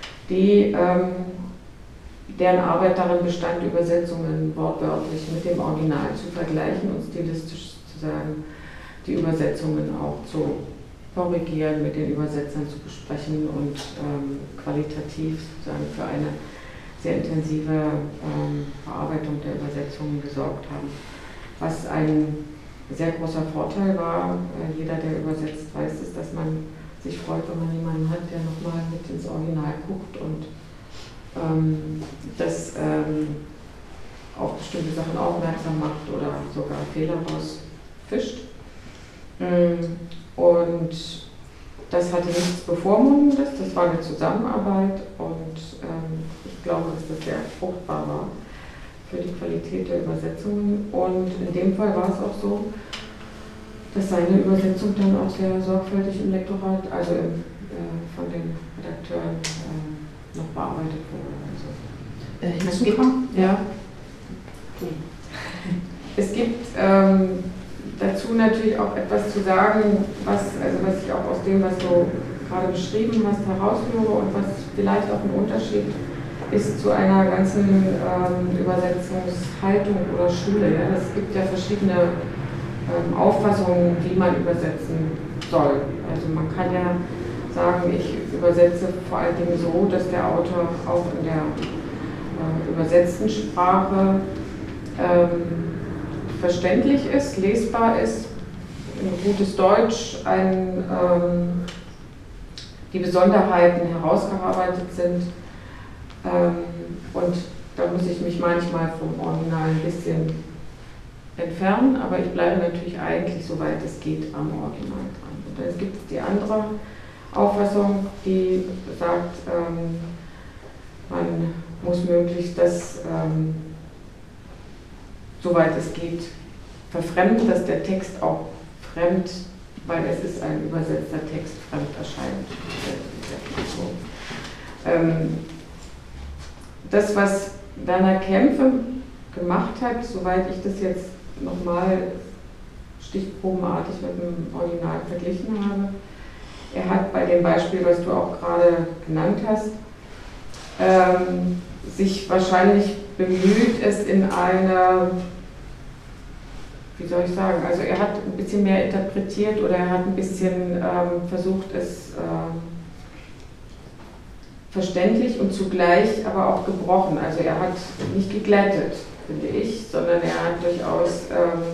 [SPEAKER 4] deren Arbeit darin bestand, Übersetzungen wortwörtlich mit dem Original zu vergleichen und stilistisch sozusagen die Übersetzungen auch zu korrigieren, mit den Übersetzern zu besprechen und qualitativ sozusagen für eine sehr intensive Bearbeitung der Übersetzungen gesorgt haben. Was ein sehr großer Vorteil war, jeder, der übersetzt, weiß es, dass man sich freut, wenn man jemanden hat, der nochmal mit ins Original guckt und das auf bestimmte Sachen aufmerksam macht oder sogar Fehler rausfischt. Und das hatte nichts Bevormundendes, das war eine Zusammenarbeit und ich glaube, dass das sehr fruchtbar war für die Qualität der Übersetzungen. Und in dem Fall war es auch so, dass seine Übersetzung dann auch sehr sorgfältig im Lektorat, also von den Redakteuren noch bearbeitet wurde. Also, es gibt dazu natürlich auch etwas zu sagen, was ich auch aus dem, was du gerade beschrieben hast, herausführe und was vielleicht auch ein Unterschied ist zu einer ganzen Übersetzungshaltung oder Schule. Ja? Es gibt ja verschiedene Auffassungen, wie man übersetzen soll. Also man kann ja sagen, ich übersetze vor allen Dingen so, dass der Autor auch in der übersetzten Sprache verständlich ist, lesbar ist, ein gutes Deutsch, die Besonderheiten herausgearbeitet sind. Und da muss ich mich manchmal vom Original ein bisschen entfernen, aber ich bleibe natürlich eigentlich, soweit es geht, am Original dran. Und dann gibt es die andere Auffassung, die sagt, man muss möglichst das, soweit es geht, verfremden, dass der Text auch fremd, weil es ist ein übersetzter Text, fremd erscheint. Das, was Werner Kämpfe gemacht hat, soweit ich das jetzt nochmal stichprobenartig mit dem Original verglichen habe, er hat bei dem Beispiel, was du auch gerade genannt hast, sich wahrscheinlich bemüht, es in eine, wie soll ich sagen, also er hat ein bisschen mehr interpretiert oder er hat ein bisschen versucht, es verständlich und zugleich aber auch gebrochen. Also er hat nicht geglättet, finde ich, sondern er hat durchaus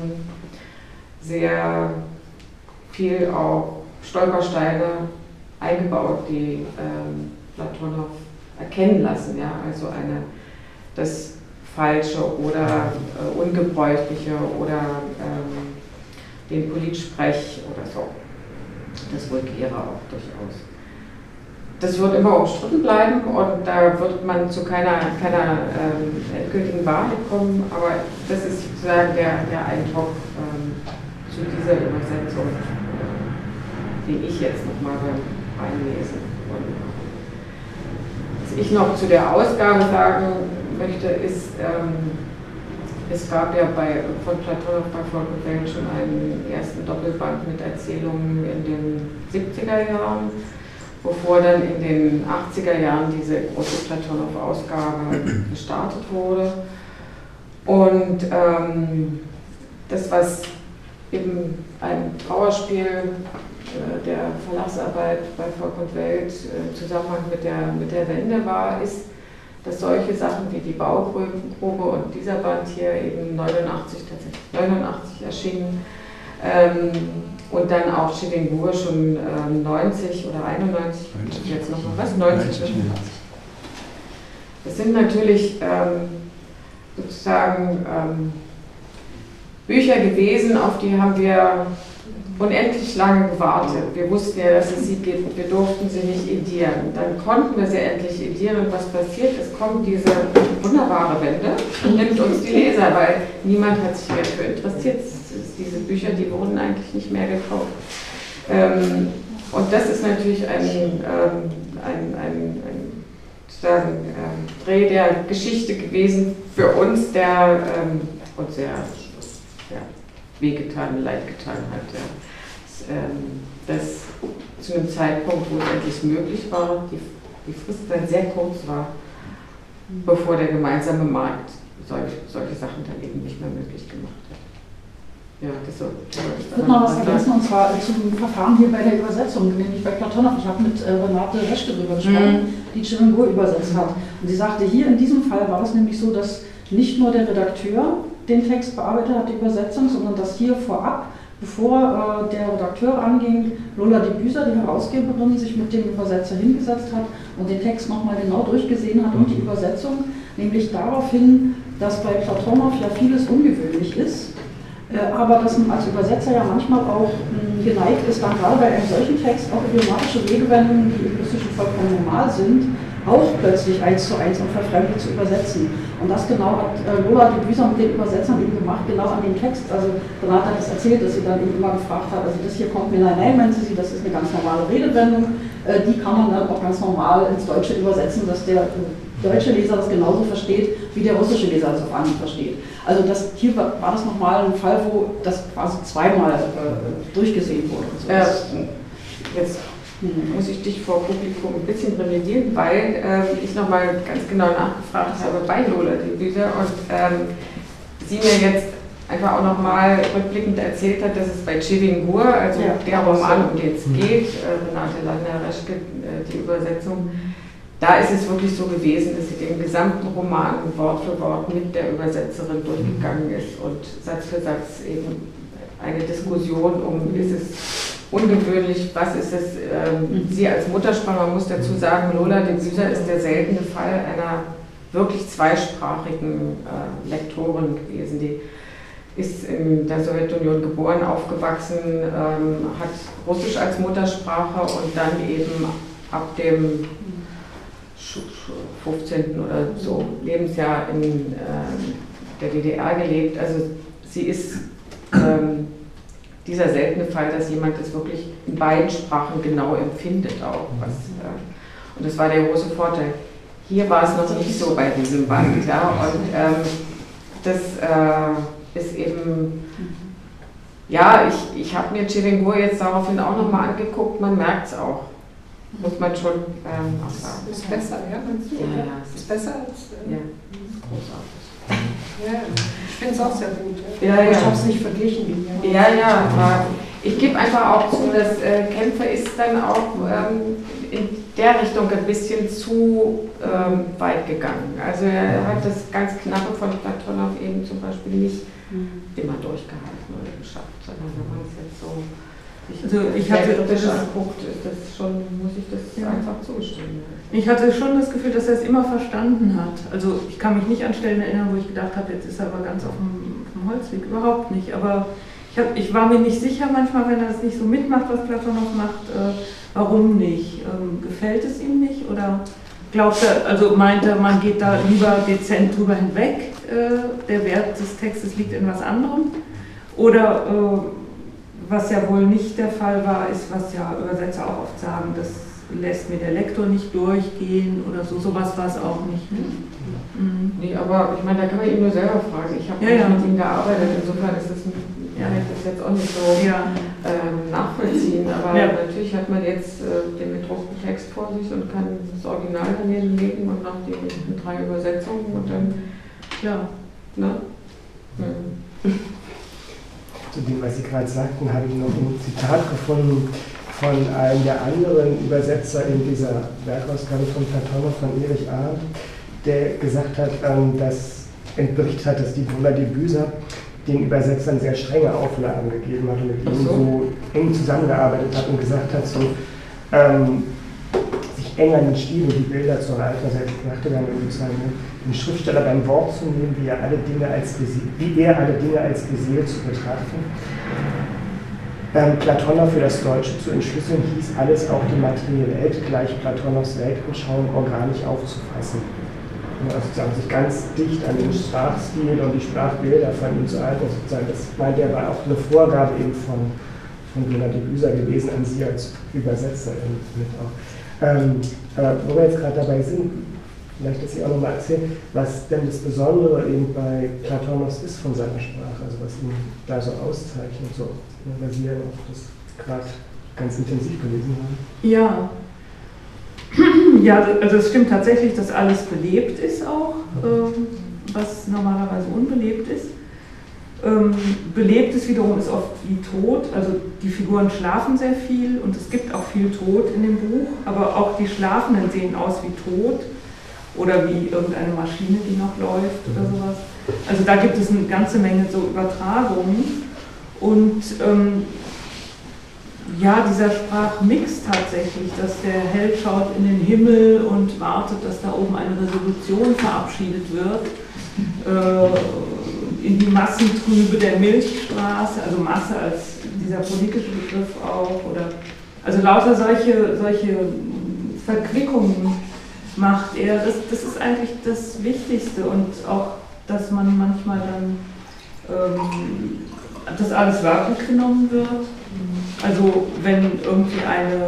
[SPEAKER 4] sehr viel auch Stolpersteine eingebaut, die Platonow erkennen lassen, ja, also das Falsche oder Ungebräuchliche oder den Politsprech oder so, das Vulgäre auch durchaus. Das wird immer umstritten bleiben und da wird man zu keiner endgültigen Wahrheit kommen, aber das ist sozusagen der Eindruck zu dieser Übersetzung, den ich jetzt nochmal beim Einlesen. Und was ich noch zu der Ausgabe sagen möchte, ist, es gab ja von Platonow bei Volk und Welt schon einen ersten Doppelband mit Erzählungen in den 70er Jahren, bevor dann in den 80er Jahren diese große Platonow-Ausgabe gestartet wurde. Und das, was eben ein Trauerspiel der Verlagsarbeit bei Volk und Welt im Zusammenhang mit der Wende war, ist, dass solche Sachen wie die Baugrube und dieser Band hier eben 89 erschienen und dann auch Schillingur schon 90 oder 91, jetzt noch was, 90. Das sind natürlich sozusagen Bücher gewesen, auf die haben wir unendlich lange gewartet. Wir wussten ja, dass es sie gibt, wir durften sie nicht edieren. Dann konnten wir sie endlich edieren und was passiert? Es kommt diese wunderbare Wende und nimmt uns die Leser, weil niemand hat sich mehr dafür interessiert. Diese Bücher, die wurden eigentlich nicht mehr gekauft. Und das ist natürlich ein Dreh der Geschichte gewesen für uns, der uns sehr wehgetan, leid getan hat. Ja. Das zu einem Zeitpunkt, wo es endlich möglich war, die Frist dann sehr kurz war, bevor der gemeinsame Markt solche Sachen dann eben nicht mehr möglich gemacht hat. Ja, das so.
[SPEAKER 5] Ich würde noch was ergänzen, und zwar zum Verfahren hier bei der Übersetzung, nämlich bei Platonow. Ich habe mit Renate Reschke darüber gesprochen, die Chiringuр übersetzt hat. Und sie sagte, hier in diesem Fall war es nämlich so, dass nicht nur der Redakteur den Text bearbeitet hat, die Übersetzung, sondern dass hier vorab, bevor der Redakteur anging, Lola de Büser, die Herausgeberin, sich mit dem Übersetzer hingesetzt hat und den Text nochmal genau durchgesehen hat und die Übersetzung, nämlich darauf hin, dass bei Platonow ja vieles ungewöhnlich ist, aber dass man als Übersetzer ja manchmal auch geneigt ist, dann gerade bei einem solchen Text auch idiomatische Redewendungen, die im Russischen vollkommen normal sind, auch plötzlich 1:1 und verfremdet zu übersetzen. Und das genau hat Lola de Büser mit den Übersetzern eben gemacht, genau an den Text. Also Renate hat es erzählt, dass sie dann eben immer gefragt hat, also das hier kommt mir nein, meinte sie, das ist eine ganz normale Redewendung, die kann man dann auch ganz normal ins Deutsche übersetzen, dass der deutsche Leser das genauso versteht, wie der russische Leser das auf Anhieb versteht. Also hier war das nochmal ein Fall, wo das quasi zweimal durchgesehen wurde. So.
[SPEAKER 4] Jetzt muss ich dich vor Publikum ein bisschen revidieren, weil ich nochmal ganz genau nachgefragt habe bei Lola de Büser und sie mir jetzt einfach auch nochmal rückblickend erzählt hat, dass es bei Chiringuр, also der Roman, um den es geht, Renate Landner-Reschke, die Übersetzung, da ist es wirklich so gewesen, dass sie den gesamten Roman Wort für Wort mit der Übersetzerin durchgegangen ist und Satz für Satz eben eine Diskussion ist es ungewöhnlich, was ist es, sie als Muttersprache, man muss dazu sagen, Lola de Büser ist der seltene Fall einer wirklich zweisprachigen Lektorin gewesen, die ist in der Sowjetunion geboren, aufgewachsen, hat Russisch als Muttersprache und dann eben ab dem 15. oder so Lebensjahr in der DDR gelebt. Also sie ist dieser seltene Fall, dass jemand das wirklich in beiden Sprachen genau empfindet auch. Und das war der große Vorteil. Hier war es noch nicht so bei diesem Band. Ja? Und das ist eben, ja, ich habe mir Chiringuр jetzt daraufhin auch nochmal angeguckt, man merkt es auch. Muss man schon auch sagen.
[SPEAKER 2] Ist besser, ja?
[SPEAKER 4] Ja,
[SPEAKER 2] ist besser als.
[SPEAKER 4] Ja, ist großartig.
[SPEAKER 2] Ja, ich finde es auch sehr gut.
[SPEAKER 4] Ja,
[SPEAKER 2] ich habe es nicht verglichen.
[SPEAKER 4] Ja, aber ich gebe einfach auch zu, dass Kämpfer ist dann auch in der Richtung ein bisschen zu weit gegangen. Also er hat das ganz Knappe von Platonow eben zum Beispiel nicht immer durchgehalten oder geschafft, sondern wenn man es jetzt so ich hatte kritisch anguckt, ist das schon, muss ich das einfach zustimmen.
[SPEAKER 3] Ich hatte schon das Gefühl, dass er es immer verstanden hat. Also ich kann mich nicht an Stellen erinnern, wo ich gedacht habe, jetzt ist er aber ganz auf dem Holzweg. Überhaupt nicht. Aber ich war mir nicht sicher manchmal, wenn er es nicht so mitmacht, was Platonow macht, warum nicht? Gefällt es ihm nicht? Oder glaubt er, also meint er, man geht da lieber dezent drüber hinweg, der Wert des Textes liegt in was anderem? Oder was ja wohl nicht der Fall war, ist, was ja Übersetzer auch oft sagen, das lässt mir der Lektor nicht durchgehen oder so, sowas war es auch nicht. Ne?
[SPEAKER 4] Nee, aber ich meine, da kann man ihn nur selber fragen. Ich habe nicht mit ihm gearbeitet, insofern ist das, kann ich das jetzt auch nicht so nachvollziehen. Aber natürlich hat man jetzt den gedruckten Text vor sich und kann das Original daneben legen und noch die 3 Übersetzungen und dann, ne?
[SPEAKER 1] Zu dem, was Sie gerade sagten, habe ich noch ein Zitat gefunden von einem der anderen Übersetzer in dieser Werkausgabe von Platonow, von Erich Arndt, der gesagt hat, berichtet hat, dass die Lola de Büser den Übersetzern sehr strenge Auflagen gegeben hat und mit ihnen so eng zusammengearbeitet hat und gesagt hat, so, sich eng an den Stil und die Bilder zu halten. Also er dachte dann sozusagen, den Schriftsteller beim Wort zu nehmen, wie er alle Dinge als beseelt zu betrachten. Platonow für das Deutsche zu entschlüsseln, hieß alles, auch die materielle Welt, gleich Platonows Weltanschauung, organisch aufzufassen. Also sozusagen sich ganz dicht an den Sprachstil und die Sprachbilder von ihm zu halten. Sozusagen, das meinte er, war auch eine Vorgabe eben von von Renate Büser gewesen, an Sie als Übersetzerin mit auch. Wo wir jetzt gerade dabei sind, vielleicht, dass Sie auch nochmal erzählen, was denn das Besondere eben bei Platonos ist von seiner Sprache, also was ihn da so auszeichnet, so, weil Sie ja auch das gerade ganz intensiv gelesen haben.
[SPEAKER 3] Ja. Ja, also es stimmt tatsächlich, dass alles belebt ist auch, was normalerweise unbelebt ist. Belebt ist wiederum ist oft wie tot, also die Figuren schlafen sehr viel und es gibt auch viel Tod in dem Buch, aber auch die Schlafenden sehen aus wie tot oder wie irgendeine Maschine, die noch läuft oder sowas. Also da gibt es eine ganze Menge so Übertragungen und ja, dieser Sprachmix tatsächlich, dass der Held schaut in den Himmel und wartet, dass da oben eine Resolution verabschiedet wird, in die Massentrübe der Milchstraße, also Masse als dieser politische Begriff auch, oder also lauter solche Verquickungen macht er. Das ist eigentlich das Wichtigste und auch, dass man manchmal dann dass alles wörtlich genommen wird. Also wenn irgendwie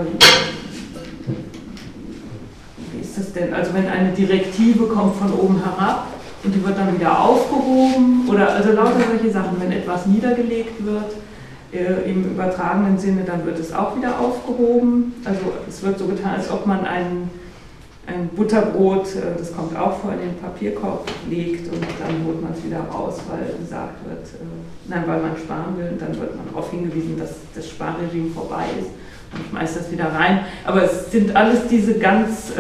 [SPEAKER 3] wie ist das denn, also wenn eine Direktive kommt von oben herab und die wird dann wieder aufgehoben oder also lauter solche Sachen, wenn etwas niedergelegt wird, im übertragenen Sinne, dann wird es auch wieder aufgehoben. Also es wird so getan, als ob man ein Butterbrot, das kommt auch vor, in den Papierkorb legt und dann holt man es wieder raus, weil gesagt wird, weil man sparen will und dann wird man darauf hingewiesen, dass das Sparregime vorbei ist und schmeißt das wieder rein. Aber es sind alles diese ganz,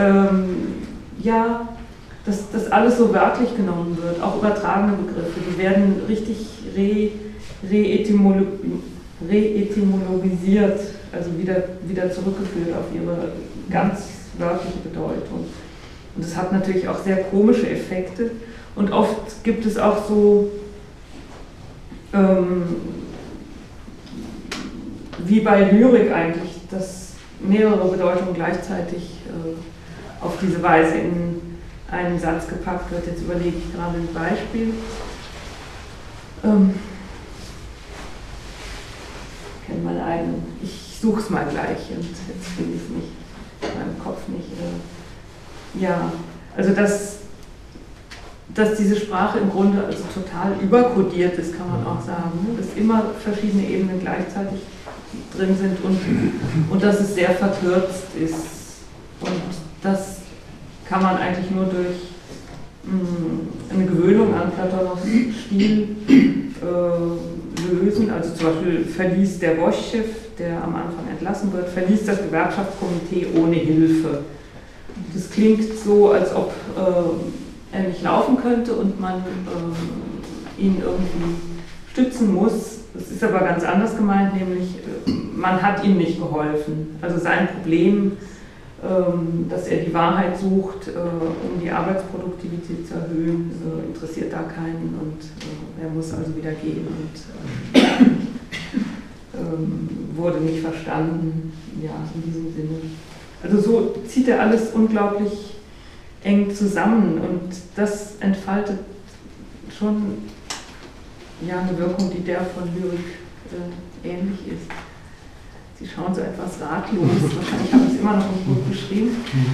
[SPEAKER 3] dass alles so wörtlich genommen wird, auch übertragene Begriffe, die werden richtig reetymologisiert, also wieder zurückgeführt auf ihre ganz wörtliche Bedeutung. Und das hat natürlich auch sehr komische Effekte und oft gibt es auch so wie bei Lyrik eigentlich, dass mehrere Bedeutungen gleichzeitig auf diese Weise in einen Satz gepackt wird. Jetzt überlege ich gerade ein Beispiel. Ich kenne meine eigenen. Ich suche es mal gleich und jetzt finde ich es nicht. In meinem Kopf nicht. Ja, also dass diese Sprache im Grunde also total überkodiert ist, kann man auch sagen. Dass immer verschiedene Ebenen gleichzeitig drin sind und dass es sehr verkürzt ist. Und das kann man eigentlich nur durch eine Gewöhnung an Platonos Stil lösen. Also zum Beispiel verließ der Woschchew, der am Anfang entlassen wird, verließ das Gewerkschaftskomitee ohne Hilfe. Das klingt so, als ob er nicht laufen könnte und man ihn irgendwie stützen muss. Das ist aber ganz anders gemeint, nämlich man hat ihm nicht geholfen. Also sein Problem, dass er die Wahrheit sucht, um die Arbeitsproduktivität zu erhöhen, interessiert da keinen und er muss also wieder gehen und wurde nicht verstanden, ja, in diesem Sinne. Also so zieht er alles unglaublich eng zusammen und das entfaltet schon ja, eine Wirkung, die der von Lyrik ähnlich ist. Sie schauen so etwas ratlos, wahrscheinlich habe ich es immer noch nicht gut beschrieben.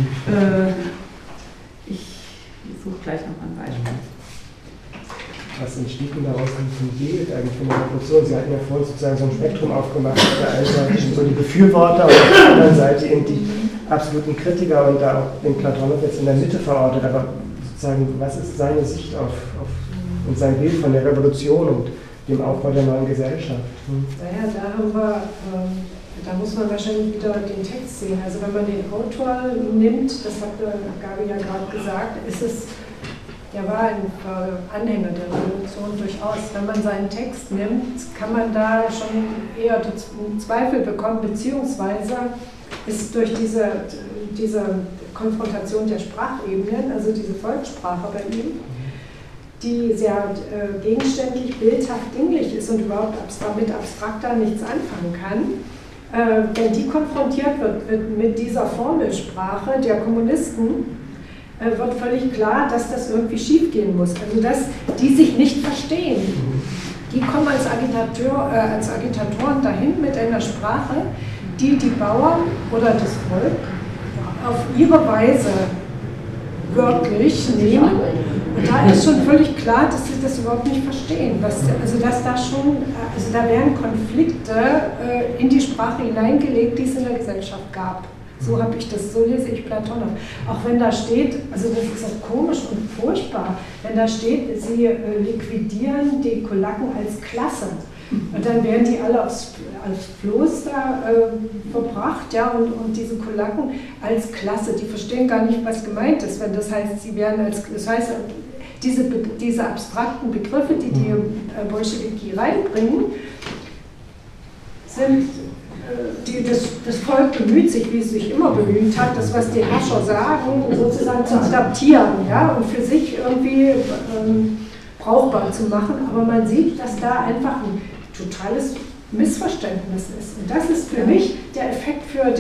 [SPEAKER 3] Ich suche gleich noch ein Beispiel.
[SPEAKER 1] Was entsteht denn daraus von Bild eigentlich von der Revolution? Sie hatten ja vorhin sozusagen so ein Spektrum aufgemacht, auf der einen Seite so die Befürworter und auf der anderen Seite eben die absoluten Kritiker und da auch den Platonow jetzt in der Mitte verortet. Aber sozusagen, was ist seine Sicht auf und sein Bild von der Revolution und dem Aufbau der neuen Gesellschaft?
[SPEAKER 2] Naja, da muss man wahrscheinlich wieder den Text sehen. Also wenn man den Autor nimmt, das hat Gabi ja gerade gesagt, der war ein Anhänger der Revolution durchaus. Wenn man seinen Text nimmt, kann man da schon eher Zweifel bekommen, beziehungsweise ist durch diese Konfrontation der Sprachebenen, also diese Volkssprache bei ihm, die sehr gegenständlich, bildhaft, dinglich ist und überhaupt mit abstrakter nichts anfangen kann, wenn die konfrontiert wird mit dieser Formelsprache der Kommunisten, wird völlig klar, dass das irgendwie schiefgehen muss. Also dass die sich nicht verstehen. die kommen als Agitatoren dahin mit einer Sprache, die die Bauern oder das Volk auf ihre Weise wörtlich nehmen. Und da ist schon völlig klar, dass sie das überhaupt nicht verstehen. Da werden Konflikte in die Sprache hineingelegt, die es in der Gesellschaft gab. So lese ich Platonow. Auch wenn da steht, also das ist so komisch und furchtbar, wenn da steht, sie liquidieren die Kulaken als Klasse. Und dann werden die alle als Floß da verbracht, ja, und diese Kulaken als Klasse, die verstehen gar nicht, was gemeint ist, wenn das heißt, sie werden das heißt, diese abstrakten Begriffe, die die Bolschewiki reinbringen, sind das Volk bemüht sich, wie es sich immer bemüht hat, das, was die Herrscher sagen, sozusagen zu adaptieren, ja, und für sich irgendwie brauchbar zu machen. Aber man sieht, dass da einfach ein totales Missverständnis ist. Und das ist für mich der Effekt,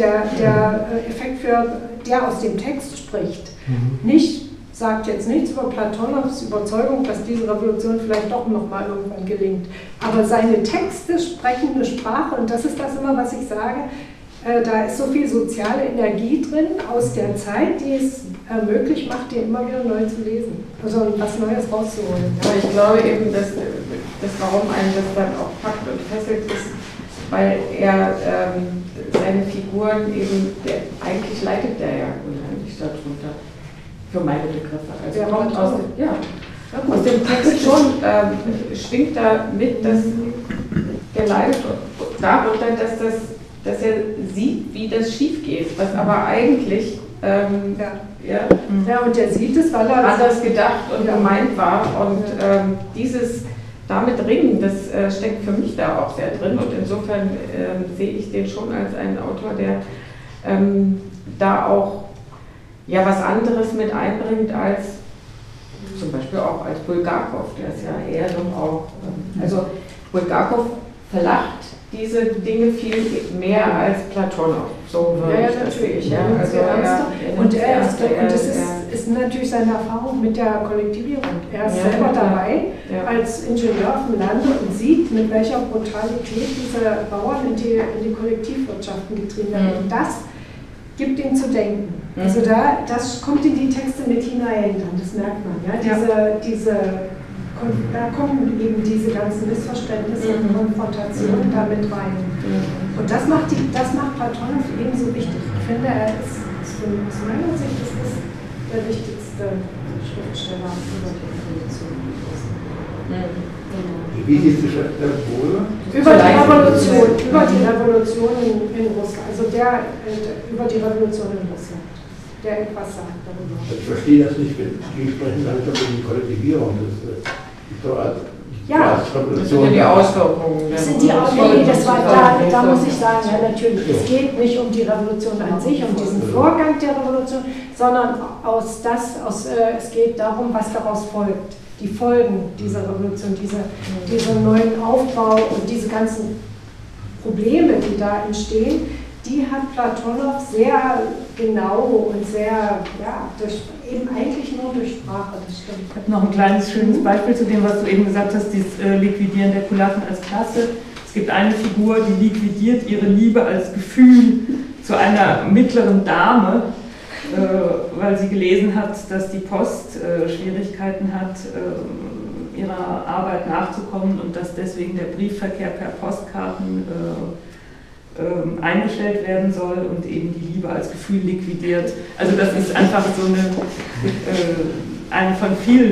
[SPEAKER 2] der aus dem Text spricht. Sagt jetzt nichts über Platonows Überzeugung, dass diese Revolution vielleicht doch noch mal irgendwann gelingt. Aber seine Texte sprechen eine Sprache, und das ist das immer, was ich sage, da ist so viel soziale Energie drin aus der Zeit, die es möglich macht, die immer wieder neu zu lesen, also was Neues rauszuholen.
[SPEAKER 4] Aber ich glaube eben, dass warum einen das dann auch packt und fesselt, ist, weil er seine Figuren eben, eigentlich leidet der ja unheimlich darunter. Für meine Begriffe. Also er kommt aus dem Text schon, schwingt da mit, dass der leidet darunter, dass er sieht, wie das schief geht, was aber eigentlich
[SPEAKER 2] und er sieht es, weil er
[SPEAKER 4] anders gedacht und gemeint war, und dieses damit ringen, das steckt für mich da auch sehr drin, und insofern sehe ich den schon als einen Autor, der da auch was anderes mit einbringt als zum Beispiel auch als Bulgakov, der ist ja eher doch auch, also Bulgakov verlacht diese Dinge viel mehr als Platonow, so würde ich das sehen. Ja, also
[SPEAKER 2] das ist natürlich seine Erfahrung mit der Kollektivierung. Er ist selber dabei als Ingenieur auf dem Lande und sieht, mit welcher Brutalität diese Bauern in die Kollektivwirtschaften getrieben werden. Und das gibt ihm zu denken. Also das kommt in die Texte mit hinein, das merkt man. Ja? Da kommen eben diese ganzen Missverständnisse und Konfrontationen damit rein. Und das macht Platonow eben so wichtig. Ich finde, er ist aus meiner Sicht der wichtigste Schriftsteller über die Revolution.
[SPEAKER 6] Wie hieß die Schriftsteller?
[SPEAKER 2] Über die Revolution in Russland, also über die Revolution in Russland, der etwas sagt darüber.
[SPEAKER 6] Ich verstehe das nicht, die sprechen dann über die Kollektivierung.
[SPEAKER 4] Das sind ja die Auswirkungen.
[SPEAKER 2] Da muss ich sagen, ja natürlich, es geht nicht um die Revolution an sich, um diesen Vorgang der Revolution, sondern es geht darum, was daraus folgt. Die Folgen dieser Revolution, dieser neuen Aufbau und diese ganzen Probleme, die da entstehen, die hat Platonow sehr genau und sehr, eben eigentlich nur durch Sprache, das stimmt.
[SPEAKER 3] Ich habe noch ein kleines schönes Beispiel zu dem, was du eben gesagt hast, das Liquidieren der Kulaken als Klasse. Es gibt eine Figur, die liquidiert ihre Liebe als Gefühl zu einer mittleren Dame, weil sie gelesen hat, dass die Post Schwierigkeiten hat, ihrer Arbeit nachzukommen, und dass deswegen der Briefverkehr per Postkarten eingestellt werden soll und eben die Liebe als Gefühl liquidiert. Also das ist einfach so eines von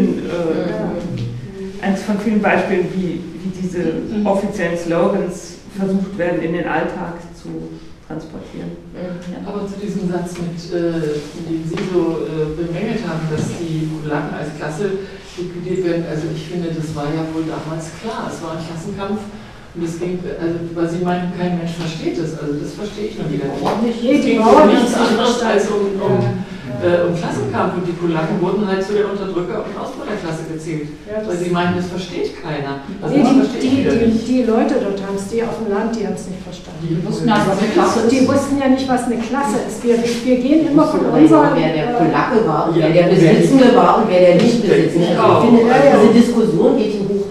[SPEAKER 3] vielen Beispielen, wie diese offiziellen Slogans versucht werden, in den Alltag zu transportieren.
[SPEAKER 7] Aber zu diesem Satz, den Sie so bemängelt haben, dass die Kulaken als Klasse liquidiert werden, also ich finde, das war ja wohl damals klar, es war ein Klassenkampf. Und es ging, weil Sie meinen, kein Mensch versteht es, also das verstehe ich noch wieder nicht. Es ging um nichts anderes als um Klassenkampf, und die Kulaken wurden halt zu der Unterdrücker- und Ausbeuterklasse gezählt. Weil Sie meinen, das versteht keiner. Also
[SPEAKER 2] die Leute dort haben es, die auf dem Land, die haben es nicht verstanden. Die wussten ja nicht, was eine Klasse ist. Wir gehen immer von unserer...
[SPEAKER 8] Wer der Kulake war und wer der Besitzende war und wer der nicht Besitzende. Also ich finde, diese Diskussion geht hier hoch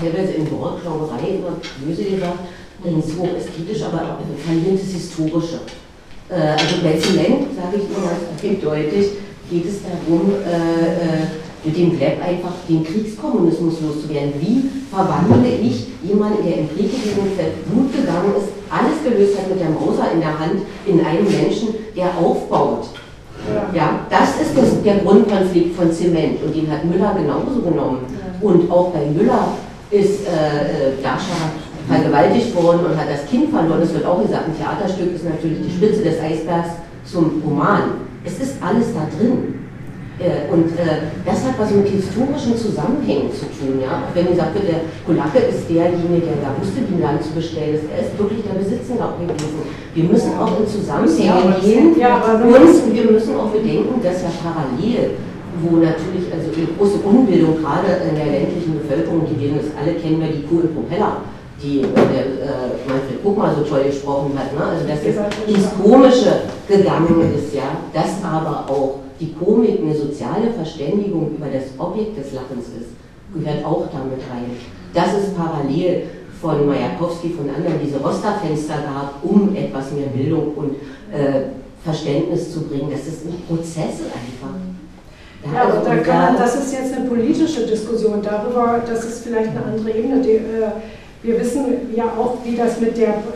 [SPEAKER 8] teilweise in Wortklauberei, immer böse gesagt, so ästhetisch, aber verlieren das Historische. Also bei Zement, sage ich Ihnen ganz eindeutig, geht es darum, mit dem Web einfach den Kriegskommunismus loszuwerden. Wie verwandle ich jemanden, der im Krieg gegen Blut gegangen ist, alles gelöst hat mit der Mauser in der Hand, in einen Menschen, der aufbaut? Ja, das ist der Grundkonflikt von Zement und den hat Müller genauso genommen. Und auch bei Müller ist Dascha vergewaltigt worden und hat das Kind verloren. Das wird auch gesagt, ein Theaterstück ist natürlich die Spitze des Eisbergs zum Roman. Es ist alles da drin. Und das hat was mit historischen Zusammenhängen zu tun. Ja? Wenn gesagt wird, der Kulake ist derjenige, der da wusste, wie ein Land zu bestellen ist, er ist wirklich der Besitzende auch gewesen. Wir müssen auch in Zusammenhänge gehen und wir müssen auch bedenken, dass ja parallel, wo natürlich also die große Unbildung gerade in der ländlichen Bevölkerung, die wir das alle kennen, wir die Kuh im Propeller, die Manfred Kuckmann so toll gesprochen hat, ne? Also dass es ins Komische gegangen ist, ja, dass aber auch die Komik eine soziale Verständigung über das Objekt des Lachens ist, gehört auch damit rein. Dass es parallel von Majakowski, von anderen diese Rosterfenster gab, um etwas mehr Bildung und Verständnis zu bringen, das ist ein Prozess einfach.
[SPEAKER 2] Ja, aber da kann man, das ist jetzt eine politische Diskussion darüber, das ist vielleicht eine andere Ebene. Wir wissen ja auch, wie das mit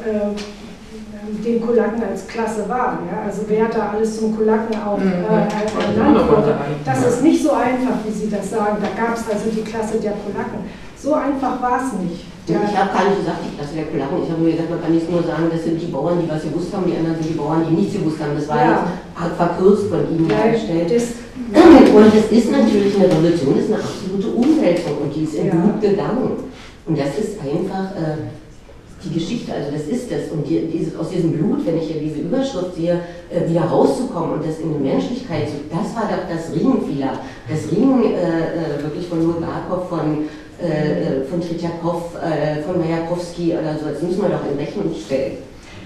[SPEAKER 2] den Kulaken als Klasse war. Ja? Also wer da alles zum Kulaken auch ernannt wurde. Das ist nicht so einfach, wie Sie das sagen. Da gab es also die Klasse der Kulaken. So einfach war es nicht.
[SPEAKER 8] Ich habe gar nicht gesagt, die Klasse der Kulaken. Ich habe nur gesagt, man kann nicht nur sagen, das sind die Bauern, die was gewusst haben, die anderen sind die Bauern, die nichts gewusst haben. Das war jetzt verkürzt von Ihnen dargestellt. Und es ist natürlich eine Revolution, ist eine absolute Umwälzung und die ist in Blut gegangen. Und das ist einfach die Geschichte, also das ist es. Und aus diesem Blut, wenn ich ja diese Überschrift sehe, wieder rauszukommen und das in eine Menschlichkeit zu, das war doch das Ringen-Fehler. Das Ringen wirklich von Bulgakov, von Tretjakow, von Majakowski oder so, das müssen wir doch in Rechnung stellen.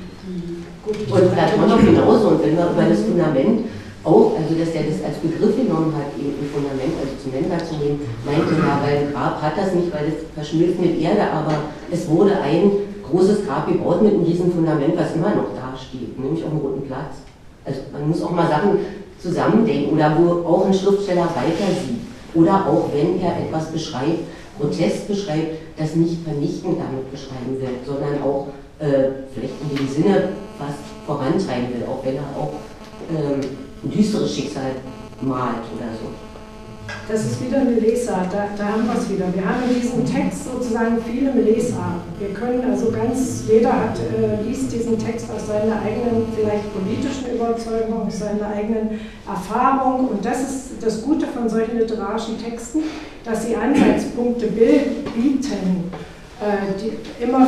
[SPEAKER 8] Und Platonow genauso. Und wenn wir über das Fundament auch, also dass er das als Begriff genommen hat, eben ein Fundament, also Zement dazu nehmen, meinte ja, weil ein Grab hat das nicht, weil das verschmilzt mit Erde, aber es wurde ein großes Grab gebaut mit einem riesen Fundament, was immer noch da steht, nämlich auf dem Roten Platz. Also man muss auch mal Sachen zusammendenken oder wo auch ein Schriftsteller weiter sieht. Oder auch wenn er etwas beschreibt, Protest beschreibt, das nicht vernichtend damit beschreiben will, sondern auch vielleicht in dem Sinne was vorantreiben will, auch wenn er auch ein düsteres Schicksal malt oder so.
[SPEAKER 2] Das ist wieder eine Lesart, da haben wir es wieder. Wir haben in diesem Text sozusagen viele Lesarten. Wir können also jeder liest diesen Text aus seiner eigenen, vielleicht politischen Überzeugung, aus seiner eigenen Erfahrung. Und das ist das Gute von solchen literarischen Texten, dass sie Ansatzpunkte bieten, die immer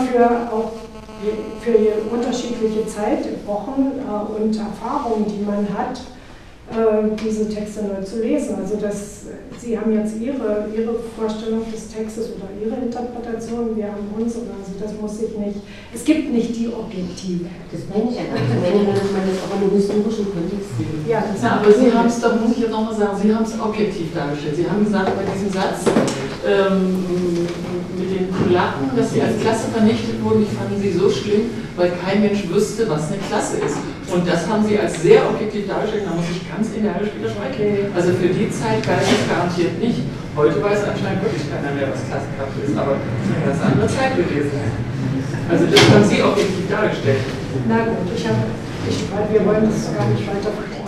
[SPEAKER 2] für unterschiedliche Zeitepochen und Erfahrungen, die man hat, diese Texte neu zu lesen. Also Sie haben jetzt Ihre Vorstellung des Textes oder Ihre Interpretation, wir haben unsere. Also das muss sich nicht, es gibt nicht die Objektive.
[SPEAKER 8] Das meine ich ja gar nicht. Ich meine, dass man das auch in einem historischen Kontext sieht.
[SPEAKER 2] Ja,
[SPEAKER 7] aber Sie haben es doch, muss ich jetzt nochmal sagen, Sie haben es objektiv dargestellt. Sie haben gesagt, bei diesem Satz mit den Kulaken, dass sie als Klasse vernichtet wurden, die fanden Sie so schlimm, weil kein Mensch wüsste, was eine Klasse ist. Und das haben Sie als sehr objektiv dargestellt, da muss ich ganz energisch widersprechen. Also für die Zeit galt es garantiert nicht. Heute weiß anscheinend wirklich keiner mehr, was Klassenkampf ist, aber es ist eine ganz andere Zeit gewesen. Also das haben Sie objektiv dargestellt.
[SPEAKER 2] Na gut, wir wollen das gar nicht weiter